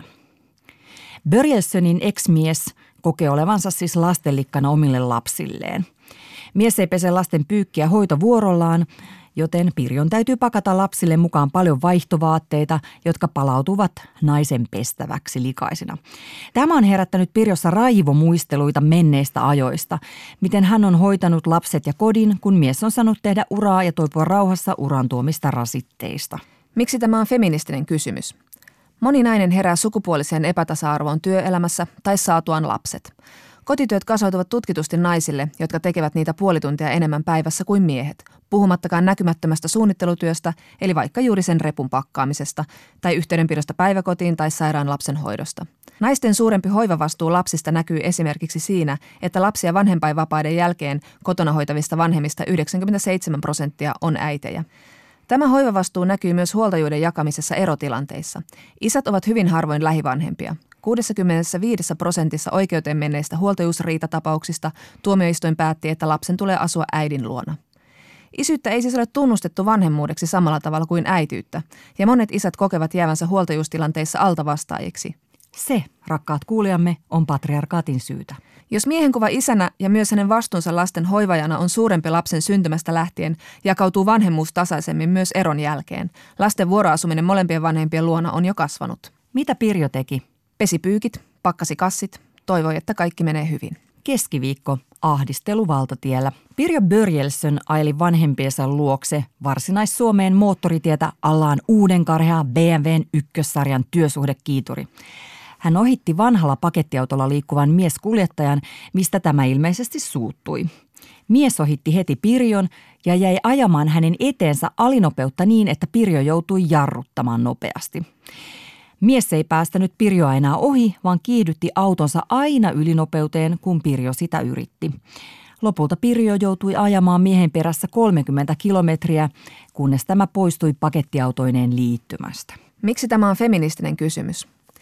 Börjelsenin ex-mies kokee olevansa siis lastenlikkana omille lapsilleen. Mies ei pese lasten pyykkiä hoitovuorollaan, joten Pirjon täytyy pakata lapsille mukaan paljon vaihtovaatteita, jotka palautuvat naisen pestäväksi likaisina. Tämä on herättänyt Pirjossa raivomuisteluita menneistä ajoista, miten hän on hoitanut lapset ja kodin, kun mies on saanut tehdä uraa ja toipua rauhassa uran tuomista rasitteista. Miksi tämä on feministinen kysymys? Moni nainen herää sukupuoliseen epätasa-arvoon työelämässä tai saatuaan lapset. Kotityöt kasautuvat tutkitusti naisille, jotka tekevät niitä puoli tuntia enemmän päivässä kuin miehet, puhumattakaan näkymättömästä suunnittelutyöstä, eli vaikka juuri sen repun pakkaamisesta, tai yhteydenpidosta päiväkotiin tai sairaan lapsen hoidosta. Naisten suurempi hoivavastuu lapsista näkyy esimerkiksi siinä, että lapsia vanhempainvapaiden jälkeen kotona hoitavista vanhemmista yhdeksänkymmentäseitsemän prosenttia on äitejä. Tämä hoivavastuu näkyy myös huoltajuuden jakamisessa erotilanteissa. Isät ovat hyvin harvoin lähivanhempia. kuusikymmentäviisi prosentissa oikeuteen menneistä huoltajuusriitatapauksista tuomioistuin päätti, että lapsen tulee asua äidin luona. Isyyttä ei siis ole tunnustettu vanhemmuudeksi samalla tavalla kuin äityyttä, ja monet isät kokevat jäävänsä huoltajuustilanteissa altavastaajiksi. Se, rakkaat kuulijamme, on patriarkaatin syytä. Jos miehen kuva isänä ja myös hänen vastuunsa lasten hoivajana on suurempi lapsen syntymästä lähtien, jakautuu vanhemmuus tasaisemmin myös eron jälkeen. Lasten vuoroasuminen molempien vanhempien luona on jo kasvanut. Mitä Pirjo teki? Pesi pyykit, pakkasi kassit, toivoi, että kaikki menee hyvin. Keskiviikko, ahdistelu valtatiellä. Pirjo Börjelsen aili vanhempiensa luokse Varsinais-Suomeen moottoritietä allaan uuden karhea B M W:n ykkössarjan työsuhdekiituri. Hän ohitti vanhalla pakettiautolla liikkuvan mieskuljettajan, mistä tämä ilmeisesti suuttui. Mies ohitti heti Pirjon ja jäi ajamaan hänen eteensä alinopeutta niin, että Pirjo joutui jarruttamaan nopeasti. Mies ei päästänyt Pirjoa enää ohi, vaan kiihdytti autonsa aina ylinopeuteen, kun Pirjo sitä yritti. Lopulta Pirjo joutui ajamaan miehen perässä kolmekymmentä kilometriä, kunnes tämä poistui pakettiautoineen liittymästä. Miksi tämä on feministinen kysymys?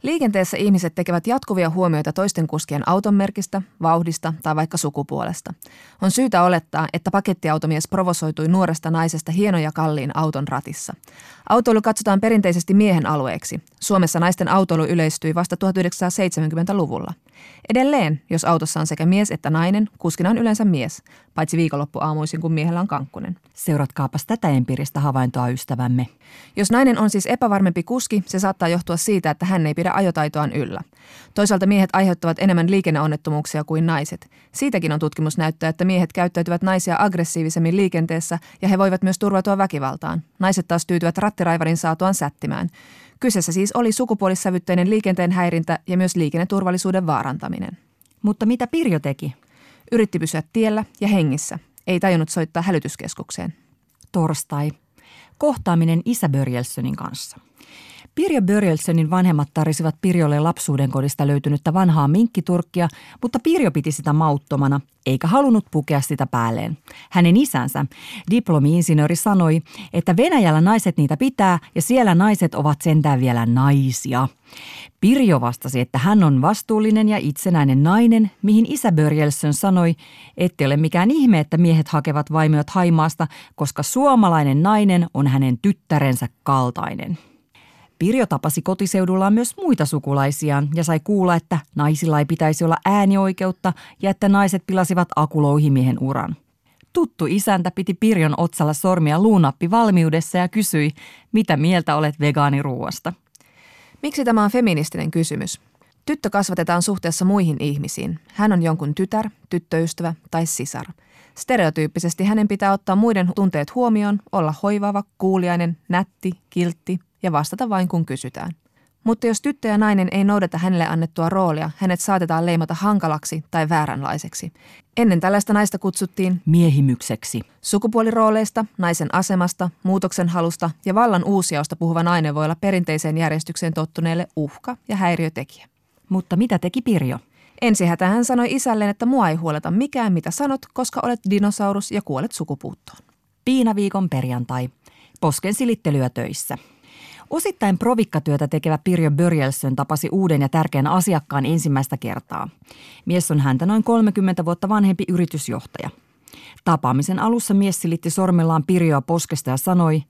Liikenteessä ihmiset tekevät jatkuvia huomioita toisten kuskien autonmerkistä, vauhdista tai vaikka sukupuolesta. On syytä olettaa, että pakettiautomies provosoitui nuoresta naisesta hienon ja kalliin auton ratissa. Autoilu katsotaan perinteisesti miehen alueeksi. Suomessa naisten autoilu yleistyi vasta tuhatyhdeksänsataaseitsemänkymmentäluvulla. Edelleen, jos autossa on sekä mies että nainen, kuskina on yleensä mies, paitsi viikonloppuaamuisin, kun miehellä on kankkunen. Seuratkaapas tätä empiiristä havaintoa, ystävämme. Jos nainen on siis epävarmempi kuski, se saattaa johtua siitä, että hän ei pidä ajotaitoaan yllä. Toisaalta miehet aiheuttavat enemmän liikenneonnettomuuksia kuin naiset. Siitäkin on tutkimusnäyttöä, että miehet käyttäytyvät naisia aggressiivisemmin liikenteessä ja he voivat myös turvautua väkivaltaan. Naiset taas tyytyvät rattiraivarin saatuaan sättimään. Kyseessä siis oli sukupuolissävytteinen liikenteen häirintä ja myös liikenneturvallisuuden vaarantaminen. Mutta mitä Pirjo teki? Yritti pysyä tiellä ja hengissä. Ei tajunnut soittaa hälytyskeskukseen. Torstai. Kohtaaminen isä Börjelsonin kanssa. Pirjo Börjelsonin vanhemmat tarjosivat Pirjolle lapsuuden kodista löytynyttä vanhaa minkkiturkkia, mutta Pirjo piti sitä mauttomana, eikä halunnut pukea sitä päälleen. Hänen isänsä, diplomi-insinööri, sanoi, että Venäjällä naiset niitä pitää ja siellä naiset ovat sentään vielä naisia. Pirjo vastasi, että hän on vastuullinen ja itsenäinen nainen, mihin isä Börjelson sanoi, ettei ole mikään ihme, että miehet hakevat vaimiot Haimaasta, koska suomalainen nainen on hänen tyttärensä kaltainen. Pirjo tapasi kotiseudullaan myös muita sukulaisiaan ja sai kuulla, että naisilla ei pitäisi olla äänioikeutta ja että naiset pilasivat akulouhimiehen uran. Tuttu isäntä piti Pirjon otsalla sormia luunappi valmiudessa ja kysyi, mitä mieltä olet vegaaniruuasta. Miksi tämä on feministinen kysymys? Tyttö kasvatetaan suhteessa muihin ihmisiin. Hän on jonkun tytär, tyttöystävä tai sisar. Stereotyyppisesti hänen pitää ottaa muiden tunteet huomioon, olla hoivaava, kuuliainen, nätti, kiltti ja vastata vain kun kysytään. Mutta jos tyttö ja nainen ei noudata hänelle annettua roolia, hänet saatetaan leimata hankalaksi tai vääränlaiseksi. Ennen tällaista naista kutsuttiin miehimykseksi. Sukupuolirooleista, naisen asemasta, muutoksen halusta ja vallan uusiausta puhuva nainen voi olla perinteiseen järjestykseen tottuneelle uhka ja häiriötekijä. Mutta mitä teki Pirjo? Ensihätä hän sanoi isälleen, että mua ei huoleta mikään mitä sanot, koska olet dinosaurus ja kuolet sukupuuttoon. Piinaviikon perjantai. Posken silittelyä töissä. Osittain provikkatyötä tekevä Pirjo Börjelson tapasi uuden ja tärkeän asiakkaan ensimmäistä kertaa. Mies on häntä noin kolmekymmentä vuotta vanhempi yritysjohtaja. Tapaamisen alussa mies silitti sormellaan Pirjoa poskesta ja sanoi,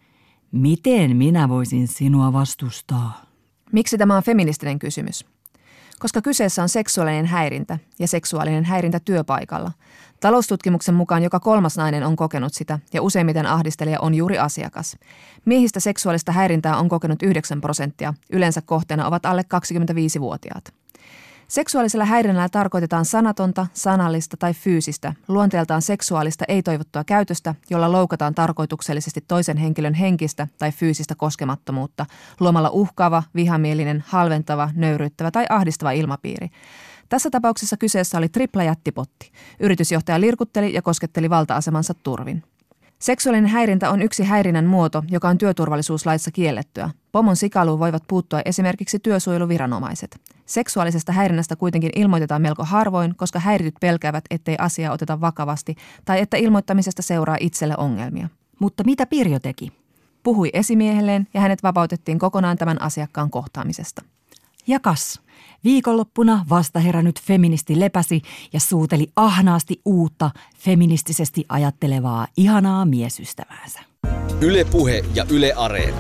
miten minä voisin sinua vastustaa? Miksi tämä on feministinen kysymys? Koska kyseessä on seksuaalinen häirintä ja seksuaalinen häirintä työpaikalla. Taloustutkimuksen mukaan joka kolmas nainen on kokenut sitä ja useimmiten ahdistelija on juuri asiakas. Miehistä seksuaalista häirintää on kokenut yhdeksän prosenttia, yleensä kohteena ovat alle kaksikymmentäviisivuotiaat. Seksuaalisella häirinnällä tarkoitetaan sanatonta, sanallista tai fyysistä, luonteeltaan seksuaalista ei-toivottua käytöstä, jolla loukataan tarkoituksellisesti toisen henkilön henkistä tai fyysistä koskemattomuutta, luomalla uhkaava, vihamielinen, halventava, nöyryyttävä tai ahdistava ilmapiiri. Tässä tapauksessa kyseessä oli tripla jättipotti. Yritysjohtaja lirkutteli ja kosketteli valta-asemansa turvin. Seksuaalinen häirintä on yksi häirinnän muoto, joka on työturvallisuuslaissa kiellettyä. Pomon sikailuun voivat puuttua esimerkiksi työsuojeluviranomaiset. Seksuaalisesta häirinnästä kuitenkin ilmoitetaan melko harvoin, koska häirityt pelkäävät, ettei asiaa oteta vakavasti tai että ilmoittamisesta seuraa itselle ongelmia. Mutta mitä Pirjo teki? Puhui esimiehelleen ja hänet vapautettiin kokonaan tämän asiakkaan kohtaamisesta. Jakas. Viikonloppuna vastaherännyt feministi lepäsi ja suuteli ahnaasti uutta, feministisesti ajattelevaa, ihanaa miesystäväänsä. Yle Puhe ja Yle Areena.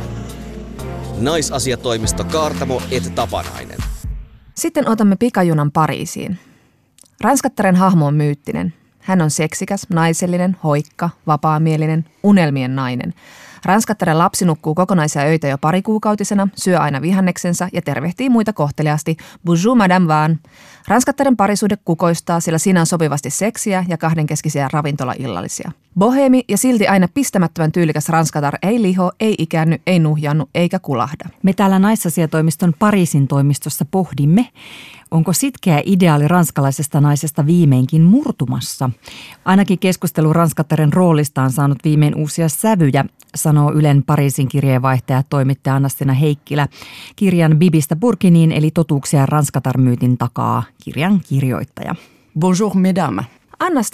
Naisasiatoimisto Kaartamo et Tapanainen. Sitten otamme pikajunan Pariisiin. Ranskattaren hahmo on myyttinen. Hän on seksikäs, naisellinen, hoikka, vapaamielinen, unelmien nainen. Ranskattaren lapsi nukkuu kokonaisia öitä jo parikuukautisena, syö aina vihanneksensa ja tervehtii muita kohteliaasti. Bonjour madame vaan. Ranskattaren parisuhde kukoistaa, sillä siinä on sopivasti seksiä ja kahdenkeskisiä ravintolaillallisia. Boheemi ja silti aina pistämättömän tyylikäs ranskatar ei liho, ei ikäänny, ei nuhjannu eikä kulahda. Me täällä naisasiatoimiston Pariisin toimistossa pohdimme, onko sitkeä ideaali ranskalaisesta naisesta viimeinkin murtumassa. Ainakin keskustelu ranskattaren roolista on saanut viimein uusia sävyjä, sanoo Ylen Pariisin kirjeenvaihtaja toimittaja Anna-Stina Heikkilä kirjan Bibistä Burkiniin eli totuuksia ranskatar-myytin takaa kirjan kirjoittaja. Bonjour mesdames. Anna-Stina,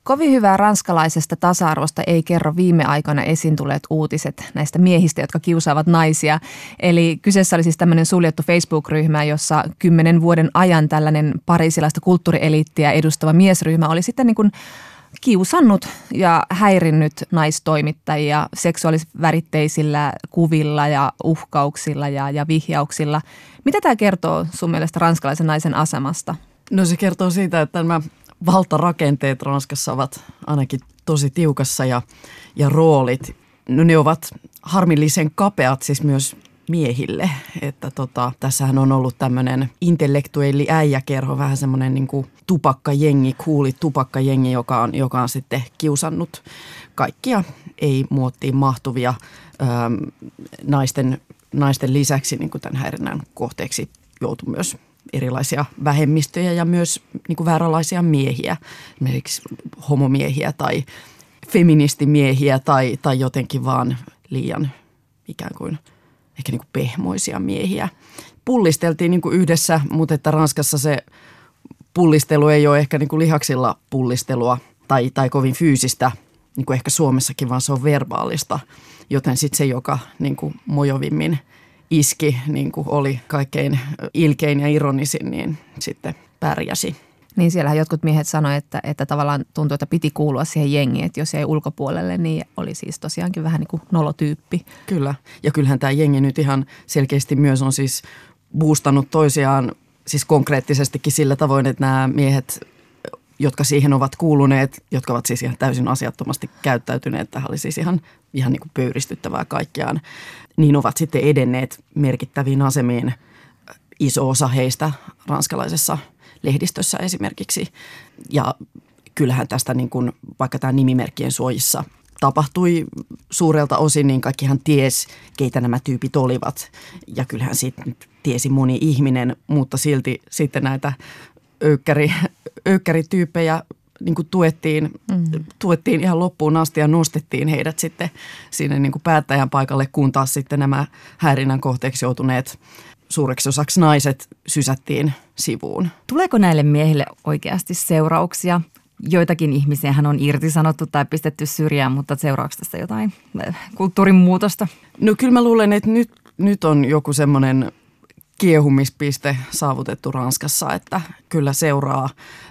Kovin hyvää ranskalaisesta tasa-arvosta ei kerro viime aikoina esiin tulleet uutiset näistä miehistä, jotka kiusaavat naisia. Eli kyseessä oli siis tämmöinen suljettu Facebook-ryhmä, jossa kymmenen vuoden ajan tällainen pariisilaista kulttuurieliittiä edustava miesryhmä oli sitten niin kuin kiusannut ja häirinnyt naistoimittajia seksuaalisväritteisillä kuvilla ja uhkauksilla ja, ja vihjauksilla. Mitä tämä kertoo sun mielestä ranskalaisen naisen asemasta? No se kertoo siitä, että nämä valtarakenteet Ranskassa ovat ainakin tosi tiukassa ja, ja roolit, no ne ovat harmillisen kapeat siis myös miehille. Että tota, tässähän on ollut tämmöinen intellektuelli äijäkerho, vähän semmoinen niin kuin tupakkajengi, kuuli tupakkajengi, joka on, joka on sitten kiusannut kaikkia ei-muottiin mahtuvia ähm, naisten, naisten lisäksi niin kuin tämän häirinnän kohteeksi joutui myös erilaisia vähemmistöjä ja myös niin kuin vääränlaisia miehiä, esimerkiksi homomiehiä tai feministimiehiä tai, tai jotenkin vaan liian ikään kuin ehkä niin kuin pehmoisia miehiä. Pullisteltiin niin kuin yhdessä, mutta että Ranskassa se pullistelu ei ole ehkä niin kuin lihaksilla pullistelua tai, tai kovin fyysistä, niin kuin ehkä Suomessakin, vaan se on verbaalista, joten sitten se, joka niin kuin mojovimmin iski, niin kuin oli kaikkein ilkein ja ironisin, niin sitten pärjäsi. Niin siellähän jotkut miehet sanoivat, että, että tavallaan tuntui, että piti kuulua siihen jengiin, että jos ei ulkopuolelle, niin oli siis tosiaankin vähän niin kuin nolotyyppi. Kyllä, ja kyllähän tämä jengi nyt ihan selkeästi myös on siis boostannut toisiaan siis konkreettisestikin sillä tavoin, että nämä miehet, jotka siihen ovat kuuluneet, jotka ovat siis ihan täysin asiattomasti käyttäytyneet, tähän oli siis ihan, ihan niin kuin pöyristyttävää kaikkiaan, niin ovat sitten edenneet merkittäviin asemiin. Iso osa heistä ranskalaisessa lehdistössä esimerkiksi. Ja kyllähän tästä niin kuin, vaikka tämä nimimerkkien suojissa tapahtui suurelta osin, niin kaikkihan ties, keitä nämä tyypit olivat. Ja kyllähän siitä nyt tiesi moni ihminen, mutta silti sitten näitä öykkäri, öykkärityyppejä niin kuin tuettiin, mm. tuettiin ihan loppuun asti ja nostettiin heidät sitten sinne niin kuin päättäjän paikalle, kun taas sitten nämä häirinnän kohteeksi joutuneet suureksi osaksi naiset sysättiin sivuun. Tuleeko näille miehille oikeasti seurauksia? Joitakin ihmisiähän on irtisanottu tai pistetty syrjään, mutta seuraavaksi tästä jotain kulttuurin muutosta? No kyllä mä luulen, että nyt, nyt on joku semmoinen kiehumispiste saavutettu Ranskassa, että kyllä seuraa,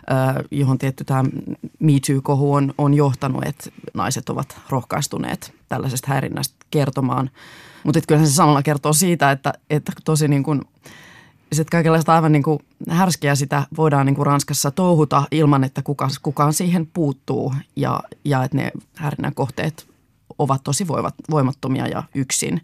johon tietty tämä Me Too-kohu on, on johtanut, että naiset ovat rohkaistuneet tällaisesta häirinnästä kertomaan. Mutta kyllähän se samalla kertoo siitä, että, että tosi niin kuin, että kaikenlaista aivan niin kuin härskiä sitä voidaan niin kuin Ranskassa touhuta ilman, että kukaan, kukaan siihen puuttuu ja, ja että ne häirinnän kohteet ovat tosi voivat, voimattomia ja yksin.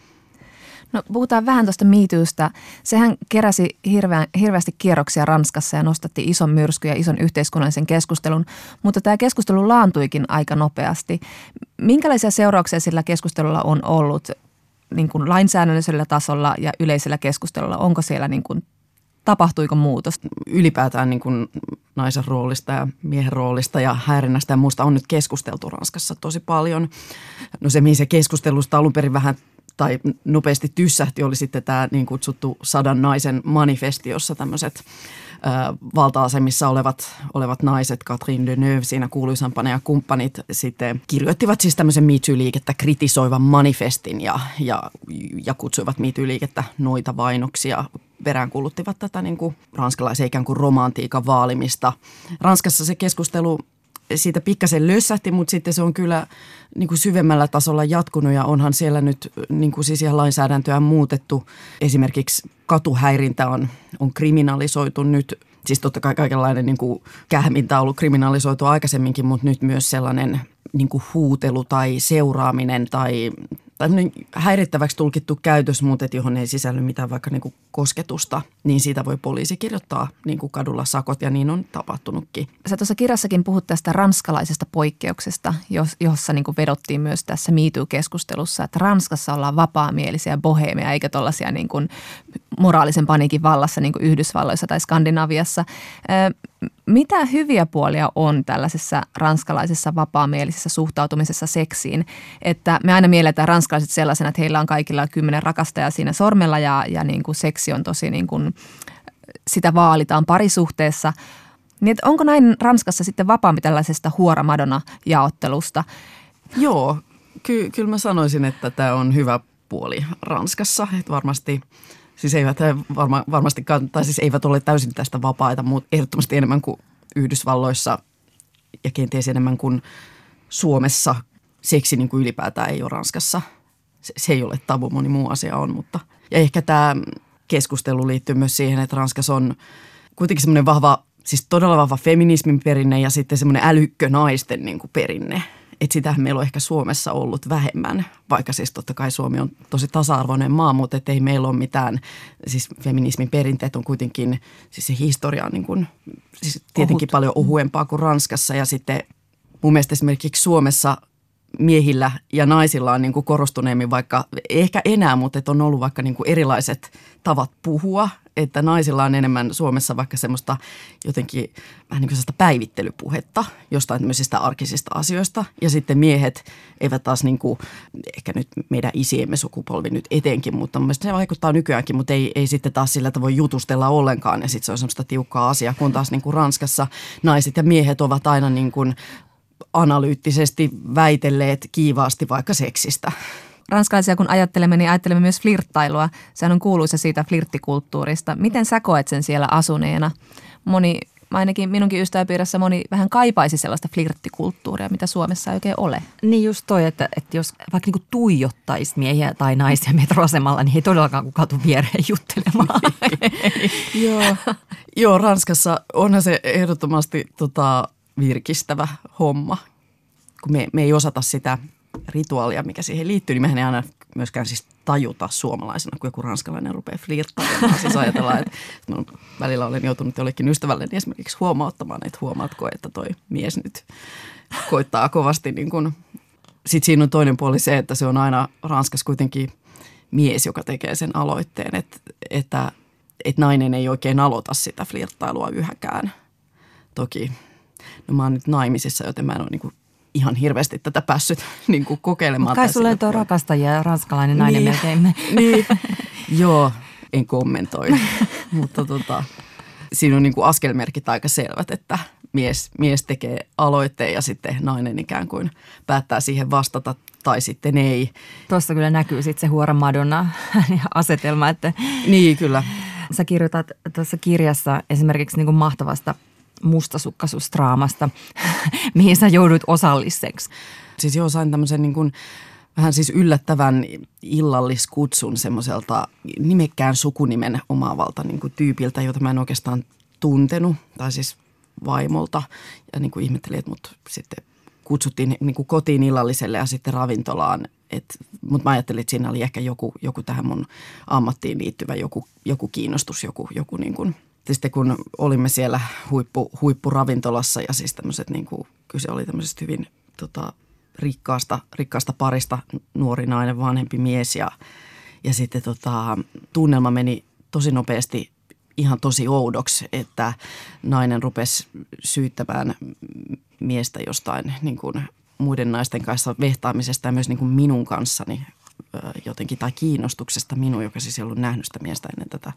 No puhutaan vähän tuosta Me Toosta. Sehän keräsi hirveän, hirveästi kierroksia Ranskassa ja nostatti ison myrskyn ja ison yhteiskunnallisen keskustelun, mutta tämä keskustelu laantuikin aika nopeasti. Minkälaisia seurauksia sillä keskustelulla on ollut niin kuin lainsäädännöllisellä tasolla ja yleisellä keskustelulla? Onko siellä niin kuin, tapahtuiko muutos? Ylipäätään niin kuin naisen roolista ja miehen roolista ja häirinnästä ja muusta on nyt keskusteltu Ranskassa tosi paljon. No se, mihin se keskustelusta alun perin vähän tai nopeasti tyssähti, oli sitten tämä niin kutsuttu sadan naisen manifesti, jossa tämmöiset ö, valta-asemissa olevat, olevat naiset, Catherine Deneuve, siinä kuuluisampana ja kumppanit sitten kirjoittivat siis tämmöisen Me Too-liikettä kritisoivan manifestin ja, ja, ja kutsuivat Me Too-liikettä noita vainoksia. Peräänkuuluttivat tätä niin kuin ranskalaisen ikään kuin romantiikan vaalimista. Ranskassa se keskustelu siitä pikkasen lössähti, mutta sitten se on kyllä niin kuin syvemmällä tasolla jatkunut ja onhan siellä nyt niin kuin siis ihan lainsäädäntöä muutettu. Esimerkiksi katuhäirintä on, on kriminalisoitu nyt. Siis totta kai kaikenlainen niin kuin kähmintä on ollut kriminalisoitu aikaisemminkin, mutta nyt myös sellainen niin kuin huutelu tai seuraaminen tai tämmöinen häirittäväksi tulkittu käytös, mutta johon ei sisälly mitään vaikka niin kuin kosketusta, niin siitä voi poliisi kirjoittaa niin kuin kadulla sakot ja niin on tapahtunutkin. Sä tuossa kirjassakin puhut tästä ranskalaisesta poikkeuksesta, jossa niin kuin vedottiin myös tässä Me Too-keskustelussa, että Ranskassa ollaan vapaamielisiä bohemeja eikä tuollaisia niin kuin moraalisen paniikin vallassa niin kuin Yhdysvalloissa tai Skandinaviassa. Mitä hyviä puolia on tällaisessa ranskalaisessa vapaamielisessä suhtautumisessa seksiin? Että me aina mielletään ranskalaiset sellaisena, että heillä on kaikilla kymmenen rakastajaa siinä sormella ja, ja niin kuin seksi on tosi niin kuin, sitä vaalitaan parisuhteessa. Niin, että onko näin Ranskassa sitten vapaampi tällaisesta huora-Madonna-jaottelusta? Joo, ky- kyllä mä sanoisin, että tämä on hyvä puoli Ranskassa. Että varmasti, siis eivät varma, varmastikaan, tai siis eivät ole täysin tästä vapaita, mutta ehdottomasti enemmän kuin Yhdysvalloissa ja kenties enemmän kuin Suomessa. Seksi niin kuin ylipäätään ei ole Ranskassa. Se, se ei ole tabu, moni muu asia on, mutta ja ehkä tämä keskustelu liittyy myös siihen, että Ranskassa on kuitenkin semmoinen vahva, siis todella vahva feminismin perinne ja sitten semmoinen älykkö naisten niin kuin perinne. Että sitähän meillä on ehkä Suomessa ollut vähemmän, vaikka siis totta kai Suomi on tosi tasa-arvoinen maa, mutta et ei meillä ole mitään, siis feminismin perinteet on kuitenkin, siis se historia on niin kuin, siis tietenkin Ohut. paljon ohuempaa kuin Ranskassa ja sitten mun mielestä esimerkiksi Suomessa miehillä ja naisilla on niin kuin korostuneemmin vaikka, ehkä enää, mutta että on ollut vaikka niin kuin erilaiset tavat puhua, että naisilla on enemmän Suomessa vaikka semmoista jotenkin vähän niin kuin sellaista päivittelypuhetta jostain tämmöisistä arkisista asioista. Ja sitten miehet eivät taas niin kuin, ehkä nyt meidän isiemme sukupolvi nyt etenkin, mutta mun mielestä se vaikuttaa nykyäänkin, mutta ei, ei sitten taas sillä tavoin jutustella ollenkaan. Ja sitten se on semmoista tiukkaa asiaa, kun taas niin kuin Ranskassa naiset ja miehet ovat aina niin kuin analyyttisesti väitelleet kiivaasti vaikka seksistä. Ranskalaisia kun ajattelemme, niin ajattelemme myös flirttailua. Sehän on kuuluisa siitä flirttikulttuurista. Miten sä koet sen siellä asuneena? Moni, ainakin minunkin ystäväpiirissä moni vähän kaipaisi sellaista flirttikulttuuria, mitä Suomessa ei oikein ole. Niin just toi, että, että jos vaikka niinku tuijottaisi miehiä tai naisia metroasemalla, niin ei todellakaan kukaan tule viereen juttelemaan. Joo. Joo, Ranskassa onhan se ehdottomasti tota, virkistävä homma, kun me, me ei osata sitä rituaalia, mikä siihen liittyy, niin mehän ei aina myöskään siis tajuta suomalaisena, kun joku ranskalainen rupeaa flirttailemaan. Siis ajatellaan, että välillä olen joutunut jollekin ystävälleni esimerkiksi huomauttamaan, että huomaatko, että toi mies nyt koittaa kovasti. Niin kun. Sitten siinä on toinen puoli se, että se on aina Ranskassa kuitenkin mies, joka tekee sen aloitteen, että, että, että nainen ei oikein aloita sitä flirttailua yhäkään. Toki, no mä oon nyt naimisissa, joten mä en ole niin kuin ihan hirveästi tätä päässyt niin kuin kokeilemaan. Kai sulle on rakastajia ja ranskalainen nainen niin, melkein. Niin, joo, en kommentoi, mutta tota, siinä on niin kuin askelmerkit aika selvät, että mies, mies tekee aloitteen ja sitten nainen ikään kuin päättää siihen vastata tai sitten ei. Tuossa kyllä näkyy sitten se huora Madonna-asetelma, että niin kyllä. Sä kirjoitat tuossa kirjassa esimerkiksi niin kuin mahtavasta mustasukkaisuusdraamasta, mihin sä joudut osalliseksi. Siis joo, sain tämmöisen niin kuin vähän siis yllättävän illalliskutsun semmoiselta nimekkään sukunimen omaavalta niin kuin tyypiltä, jota mä en oikeastaan tuntenut, tai siis vaimolta. Ja niin kuin ihmettelin, että mut sitten kutsuttiin niin kuin kotiin illalliselle ja sitten ravintolaan. Mutta mä ajattelin, että siinä oli ehkä joku, joku tähän mun ammattiin liittyvä joku, joku kiinnostus, joku, joku niin kuin. Sitten kun olimme siellä huippu, huippuravintolassa ja siis tämmöiset niin kuin, kyse oli tämmöisestä hyvin tota, rikkaasta, rikkaasta parista, nuori nainen, vanhempi mies ja, ja sitten tota, tunnelma meni tosi nopeasti ihan tosi oudoksi, että nainen rupesi syyttämään miestä jostain niin kuin muiden naisten kanssa vehtaamisesta ja myös niin kuin minun kanssani jotenkin tai kiinnostuksesta minun, joka siis ei ollut nähnyt sitä miestä ennen tätä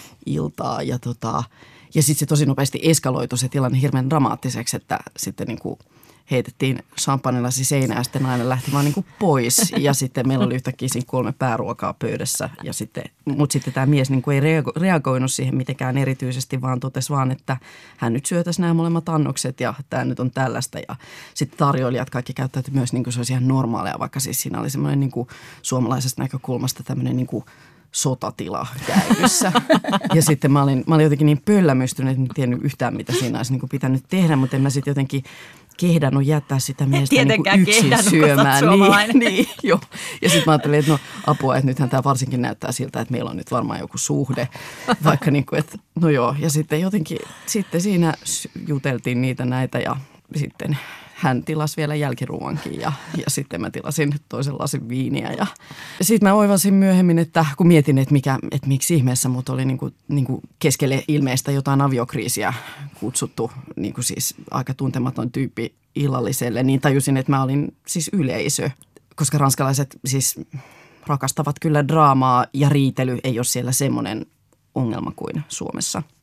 iltaa. Ja, tota, ja sitten se tosi nopeasti eskaloitui se tilanne hirveän dramaattiseksi, että sitten niin kuin heitettiin champagnelasi seinään ja sitten nainen lähti vaan niin kuin pois. Ja sitten meillä oli yhtäkkiä siinä kolme pääruokaa pöydässä. Ja sitten, mutta sitten tämä mies niin kuin ei reagoinut siihen mitenkään erityisesti, vaan totesi vaan, että hän nyt syötäisi nämä molemmat annokset ja tämä nyt on tällaista. Ja sitten tarjoilijat kaikki käyttäytyi myös niin kuin se olisi ihan normaalia, vaikka siis siinä oli semmoinen niin kuin suomalaisesta näkökulmasta tämmöinen niin kuin sotatila käynnissä. Ja sitten mä olin, mä olin jotenkin niin pöllämystynyt, että en tiennyt yhtään, mitä siinä olisi niin kuin pitänyt tehdä, mutta en mä sitten jotenkin kehdannut jättää sitä miestä niin kuin yksin syömään. Niin, niin, joo. Ja sitten mä ajattelin, että no apua, että nythän tämä varsinkin näyttää siltä, että meillä on nyt varmaan joku suhde. Vaikka niin kuin, että no joo. Ja sitten jotenkin, sitten siinä juteltiin niitä näitä ja sitten hän tilasi vielä jälkiruuankin ja, ja sitten mä tilasin toisen lasin viiniä. Ja sitten mä oivasin myöhemmin, että kun mietin, että, mikä, että miksi ihmeessä mut oli niin kuin, niin kuin keskelle ilmeistä jotain aviokriisiä kutsuttu, niin kuin siis aika tuntematon tyyppi illalliselle, niin tajusin, että mä olin siis yleisö. Koska ranskalaiset siis rakastavat kyllä draamaa ja riitely ei ole siellä semmoinen ongelma kuin Suomessa.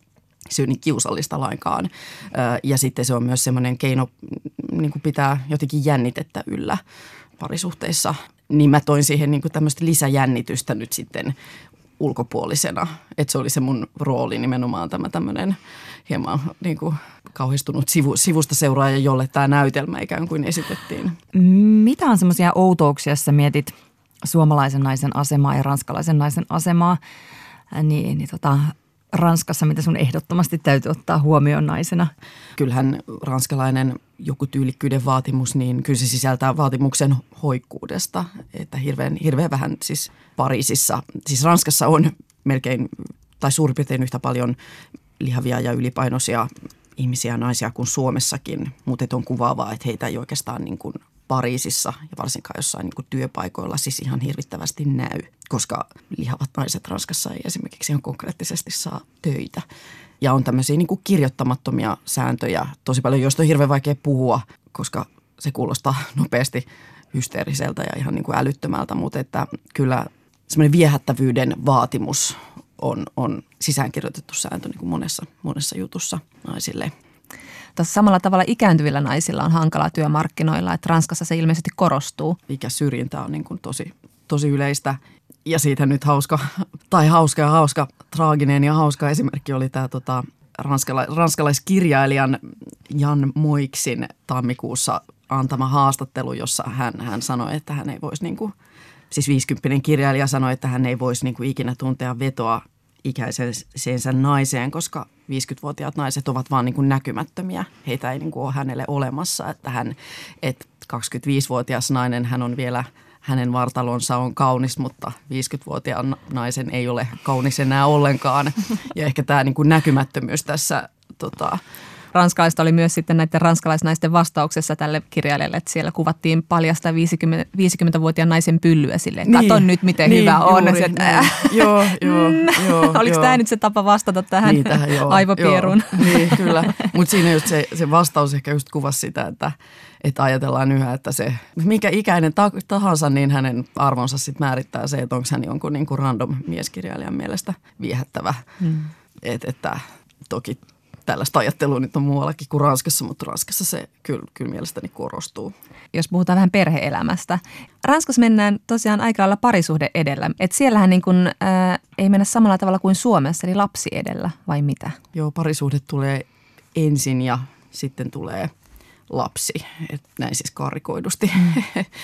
se on niin kiusallista lainkaan. Ja sitten se on myös semmoinen keino niin kuin pitää jotenkin jännitettä yllä parisuhteissa. Niin mä toin siihen niin kuin tämmöistä lisäjännitystä nyt sitten ulkopuolisena. Että se oli se mun rooli nimenomaan tämä tämmöinen hieman niin kuin kauhistunut sivu, sivusta seuraaja, jolle tämä näytelmä ikään kuin esitettiin. Mitä on semmoisia outouksia, jos sä mietit suomalaisen naisen asemaa ja ranskalaisen naisen asemaa, niin, niin tota, Ranskassa, mitä sun ehdottomasti täytyy ottaa huomioon naisena? Kyllähän ranskalainen joku tyylikkyyden vaatimus, niin kyllä se sisältää vaatimuksen hoikkuudesta, että hirveän, hirveän vähän siis Pariisissa, siis Ranskassa on melkein tai suurin piirtein yhtä paljon lihavia ja ylipainoisia ihmisiä ja naisia kuin Suomessakin, mutta on kuvaavaa, että heitä ei oikeastaan niin kuin Pariisissa ja varsinkaan jossain niin kuin työpaikoilla siis ihan hirvittävästi näy, koska lihavat naiset Ranskassa ei esimerkiksi ihan konkreettisesti saa töitä. Ja on tämmöisiä niin kuin kirjoittamattomia sääntöjä tosi paljon, joista on hirveän vaikea puhua, koska se kuulostaa nopeasti hysteeriseltä ja ihan niin kuin älyttömältä, mutta että kyllä semmoinen viehättävyyden vaatimus on, on sisäänkirjoitettu sääntö niin kuin monessa, monessa jutussa naisille. Tässä samalla tavalla ikääntyvillä naisilla on hankalaa työmarkkinoilla, että Ranskassa se ilmeisesti korostuu. Ikäsyrjintä on niin kuin tosi, tosi yleistä ja siitä nyt hauska, tai hauska ja hauska, traaginen ja hauska esimerkki oli tämä tota, ranskala, ranskalaiskirjailijan Jan Moixin tammikuussa antama haastattelu, jossa hän, hän sanoi, että hän ei voisi, niin kuin, siis viisikymppinen kirjailija sanoi, että hän ei voisi niin kuin ikinä tuntea vetoa ikäisensä naiseen, koska viisikymmentävuotiaat naiset ovat vaan niin kuin näkymättömiä. Heitä ei niin kuin ole hänelle olemassa, että hän, että kaksikymmentäviisivuotias nainen, hän on vielä, hänen vartalonsa on kaunis, mutta viisikymmentävuotiaan naisen ei ole kaunis enää ollenkaan. Ja ehkä tämä niin kuin näkymättömyys tässä tota, Ranskalaista oli myös sitten näiden ranskalaisnaisten vastauksessa tälle kirjailijalle, että siellä kuvattiin paljasta viisikymmentävuotiaan naisen pyllyä silleen. Niin, katon nyt, miten niin, hyvä on. Juuri, Sitten, niin. Joo, joo, joo. Oliko joo. tämä nyt se tapa vastata tähän niin, tähän, joo, aivopieruun? Joo, niin, kyllä. Mutta siinä just se, se vastaus ehkä just kuvasi sitä, että, että ajatellaan yhä, että se mikä ikäinen tahansa, niin hänen arvonsa sitten määrittää se, että onko hän jonkun niin kuin random mieskirjailijan mielestä viehättävä. Hmm. Et, että toki tällaista ajattelua nyt on muuallakin kuin Ranskassa, mutta Ranskassa se kyllä, kyllä mielestäni korostuu. Jos puhutaan vähän perhe-elämästä. Ranskassa mennään tosiaan aika lailla parisuhde edellä. Että siellähän niin kuin, ää, ei mennä samalla tavalla kuin Suomessa, eli lapsi edellä, vai mitä? Joo, parisuhde tulee ensin ja sitten tulee lapsi. Et näin siis karrikoidusti. Mm.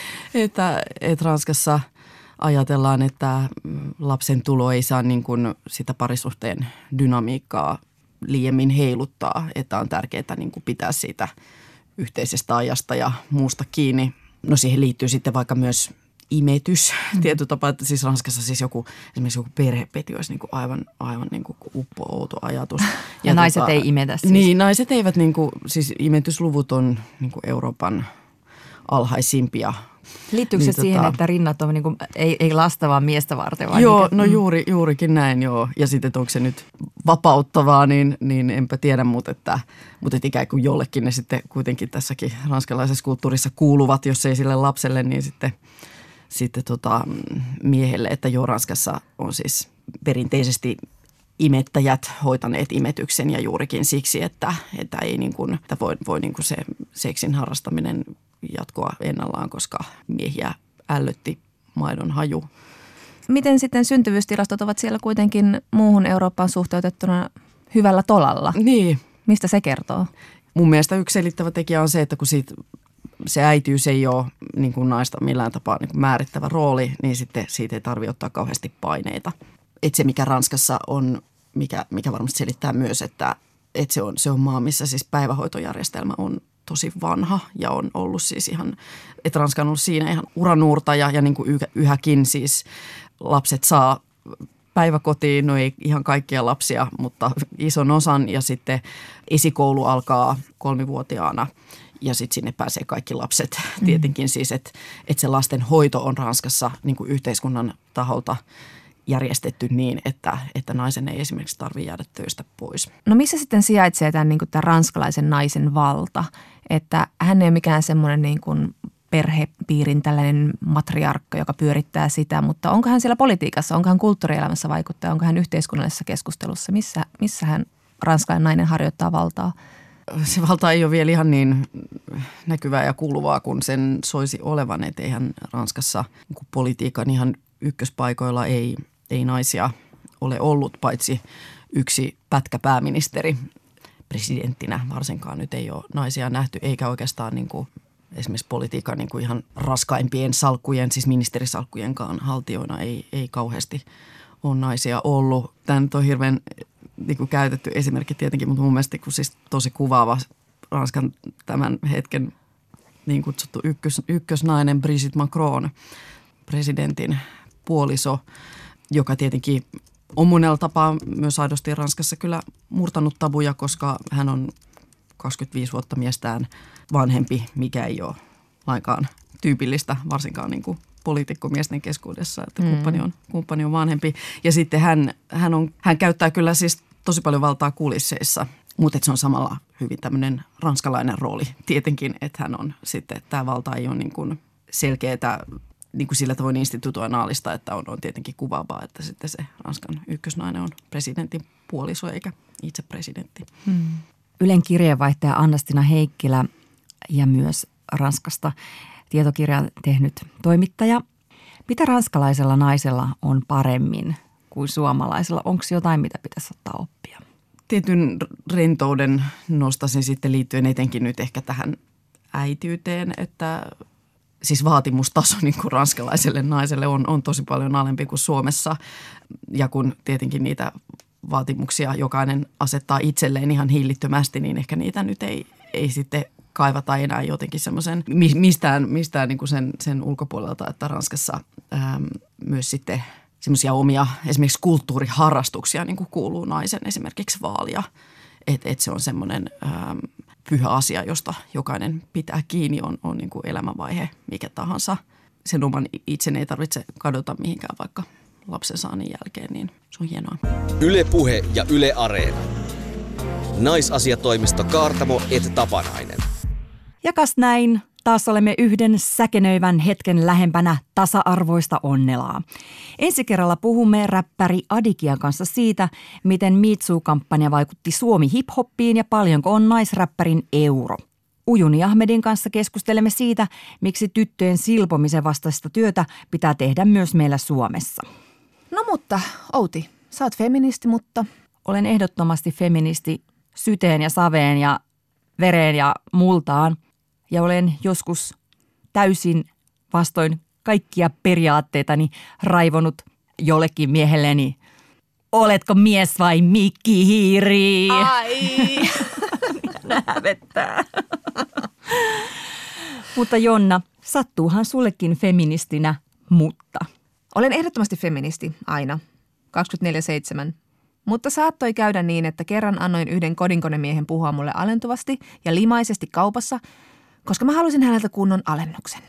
että, et Ranskassa ajatellaan, että lapsen tulo ei saa niin kuin sitä parisuhteen dynamiikkaa liiemmin heiluttaa, että on tärkeää niin kuin pitää siitä yhteisestä ajasta ja muusta kiinni. No siihen liittyy sitten vaikka myös imetys. Mm. Tietyllä tapaa, että siis Ranskassa siis joku, esimerkiksi joku perhepeti olisi niin kuin aivan, aivan niin kuin uppo-outo ajatus. Ja, ja naiset tota, ei imetä siis. Niin, naiset eivät niin kuin, siis imetysluvut on niin kuin Euroopan alhaisimpia. Liittyykö niin se siihen, tota, että rinnat on niin kuin, ei, ei lasta vaan miestä varten? Vai joo, mikä? no juuri, juurikin näin joo. Ja sitten, että onko se nyt vapauttavaa, niin, niin enpä tiedä, mutta, että, mutta että ikään kuin jollekin ne sitten kuitenkin tässäkin ranskalaisessa kulttuurissa kuuluvat, jos ei sille lapselle, niin sitten, sitten tota, miehelle, että joo, Ranskassa on siis perinteisesti imettäjät hoitaneet imetyksen ja juurikin siksi, että, että ei niin kuin, että voi, voi niin kuin se seksin harrastaminen jatkoa ennallaan, koska miehiä ällötti maidon haju. Miten sitten syntyvyystilastot ovat siellä kuitenkin muuhun Eurooppaan suhteutettuna hyvällä tolalla? Niin. Mistä se kertoo? Mun mielestä yksi selittävä tekijä on se, että kun siitä, se äitiys ei ole niin kuin naista millään tapaa niin kuin määrittävä rooli, niin sitten siitä ei tarvitse ottaa kauheasti paineita. Että se, mikä Ranskassa on, mikä, mikä varmasti selittää myös, että, että se, on, se on maa, missä siis päivähoitojärjestelmä on tosi vanha ja on ollut siis ihan, että Ranska on ollut siinä ihan uranuurtaja ja niin kuin yhäkin siis lapset saa päiväkotiin, no ei ihan kaikkia lapsia, mutta ison osan ja sitten esikoulu alkaa kolmivuotiaana ja sitten sinne pääsee kaikki lapset. Mm. Tietenkin siis, että, että se lasten hoito on Ranskassa niin kuin yhteiskunnan taholta järjestetty niin, että, että naisen ei esimerkiksi tarvitse jäädä töistä pois. No missä sitten sijaitsee tämän, niin kuin tämän ranskalaisen naisen valta? Että hän ei ole mikään semmoinen niin kuin perhepiirin tällainen matriarkka, joka pyörittää sitä, mutta onko hän siellä politiikassa, onko hän kulttuurielämässä vaikuttaja, onko hän yhteiskunnallisessa keskustelussa, missä, missä hän ranskalainen nainen harjoittaa valtaa? Se valta ei ole vielä ihan niin näkyvää ja kuuluvaa kuin sen soisi olevan, että eihän Ranskassa niin politiikan ihan ykköspaikoilla ei, ei naisia ole ollut, paitsi yksi pätkäpääministeri. Presidenttinä varsinkaan nyt ei ole naisia nähty, eikä oikeastaan niin kuin esimerkiksi politiikan niin kuin ihan raskaimpien salkkujen, siis ministerisalkkujenkaan haltijoina ei, ei kauheasti ole naisia ollut. Tämä nyt on hirveän niin kuin käytetty esimerkki tietenkin, mutta mun mielestä kun siis tosi kuvaava Ranskan tämän hetken niin kutsuttu ykkös, ykkösnainen Brigitte Macron, presidentin puoliso, joka tietenkin on monella tapaa myös aidosti Ranskassa kyllä murtanut tabuja, koska hän on kaksikymmentäviisi vuotta miestään vanhempi, mikä ei ole lainkaan tyypillistä, varsinkaan niin kuin poliitikkomiesten keskuudessa, että mm. kumppani, on, kumppani on vanhempi. Ja sitten hän, hän, on, hän käyttää kyllä siis tosi paljon valtaa kulisseissa, mutta se on samalla hyvin tämmöinen ranskalainen rooli tietenkin, että hän on sitten, tämä valta ei ole niin kuin selkeätä niin kuin sillä tavoin institutionaalista, että on, on tietenkin kuvaavaa, että sitten se Ranskan ykkösnainen on presidentin puoliso eikä itse presidentti. Hmm. Ylen kirjeenvaihtaja Anna-Stina Heikkilä ja myös Ranskasta tietokirjan tehnyt toimittaja. Mitä ranskalaisella naisella on paremmin kuin suomalaisella? Onko jotain, mitä pitäisi ottaa oppia? Tietyn rentouden nostaisin sitten liittyen etenkin nyt ehkä tähän äitiyteen, että siis vaatimustaso niin kuin ranskalaiselle naiselle on, on tosi paljon alempi kuin Suomessa ja kun tietenkin niitä vaatimuksia jokainen asettaa itselleen ihan hillittömästi, niin ehkä niitä nyt ei, ei sitten kaivata enää jotenkin semmoisen mistään, mistään niin kuin sen, sen ulkopuolelta, että Ranskassa ää, myös sitten semmoisia omia esimerkiksi kulttuuriharrastuksia niin kuin kuuluu naisen esimerkiksi vaalia, että et se on semmoinen ää, pyhä asia, josta jokainen pitää kiinni, on, on niin kuin elämänvaihe mikä tahansa. Sen oman itsen ei tarvitse kadota mihinkään vaikka lapsen saannin jälkeen, niin se on hienoa. Yle Puhe ja Yle Areena. Naisasiatoimisto Kaartamo et Tapanainen. Ja kas näin, taas olemme yhden säkenöivän hetken lähempänä tasa-arvoista onnelaa. Ensi kerralla puhumme räppäri Adikian kanssa siitä, miten Me Too-kampanja vaikutti Suomi hip-hoppiin ja paljonko on naisräppärin euro. Ujuni Ahmedin kanssa keskustelemme siitä, miksi tyttöjen silpomisen vastaista työtä pitää tehdä myös meillä Suomessa. No mutta Outi, sä oot feministi, mutta... Olen ehdottomasti feministi syteen ja saveen ja vereen ja multaan. Ja olen joskus täysin vastoin kaikkia periaatteitani raivonut jollekin miehelleni. Oletko mies vai mikkihiiri? Ai! Hävettää. Mutta Jonna, sattuuhan sullekin feministinä, mutta... Olen ehdottomasti feministi, aina. kaksikymmentäneljä seitsemän. Mutta saattoi käydä niin, että kerran annoin yhden kodinkonemiehen puhua mulle alentuvasti ja limaisesti kaupassa, koska mä halusin häneltä kunnon alennuksen.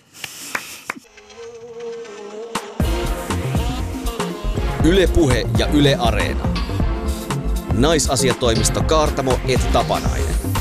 Yle Puhe ja Yle Areena. Naisasiatoimisto Kaartamo et Tapanainen.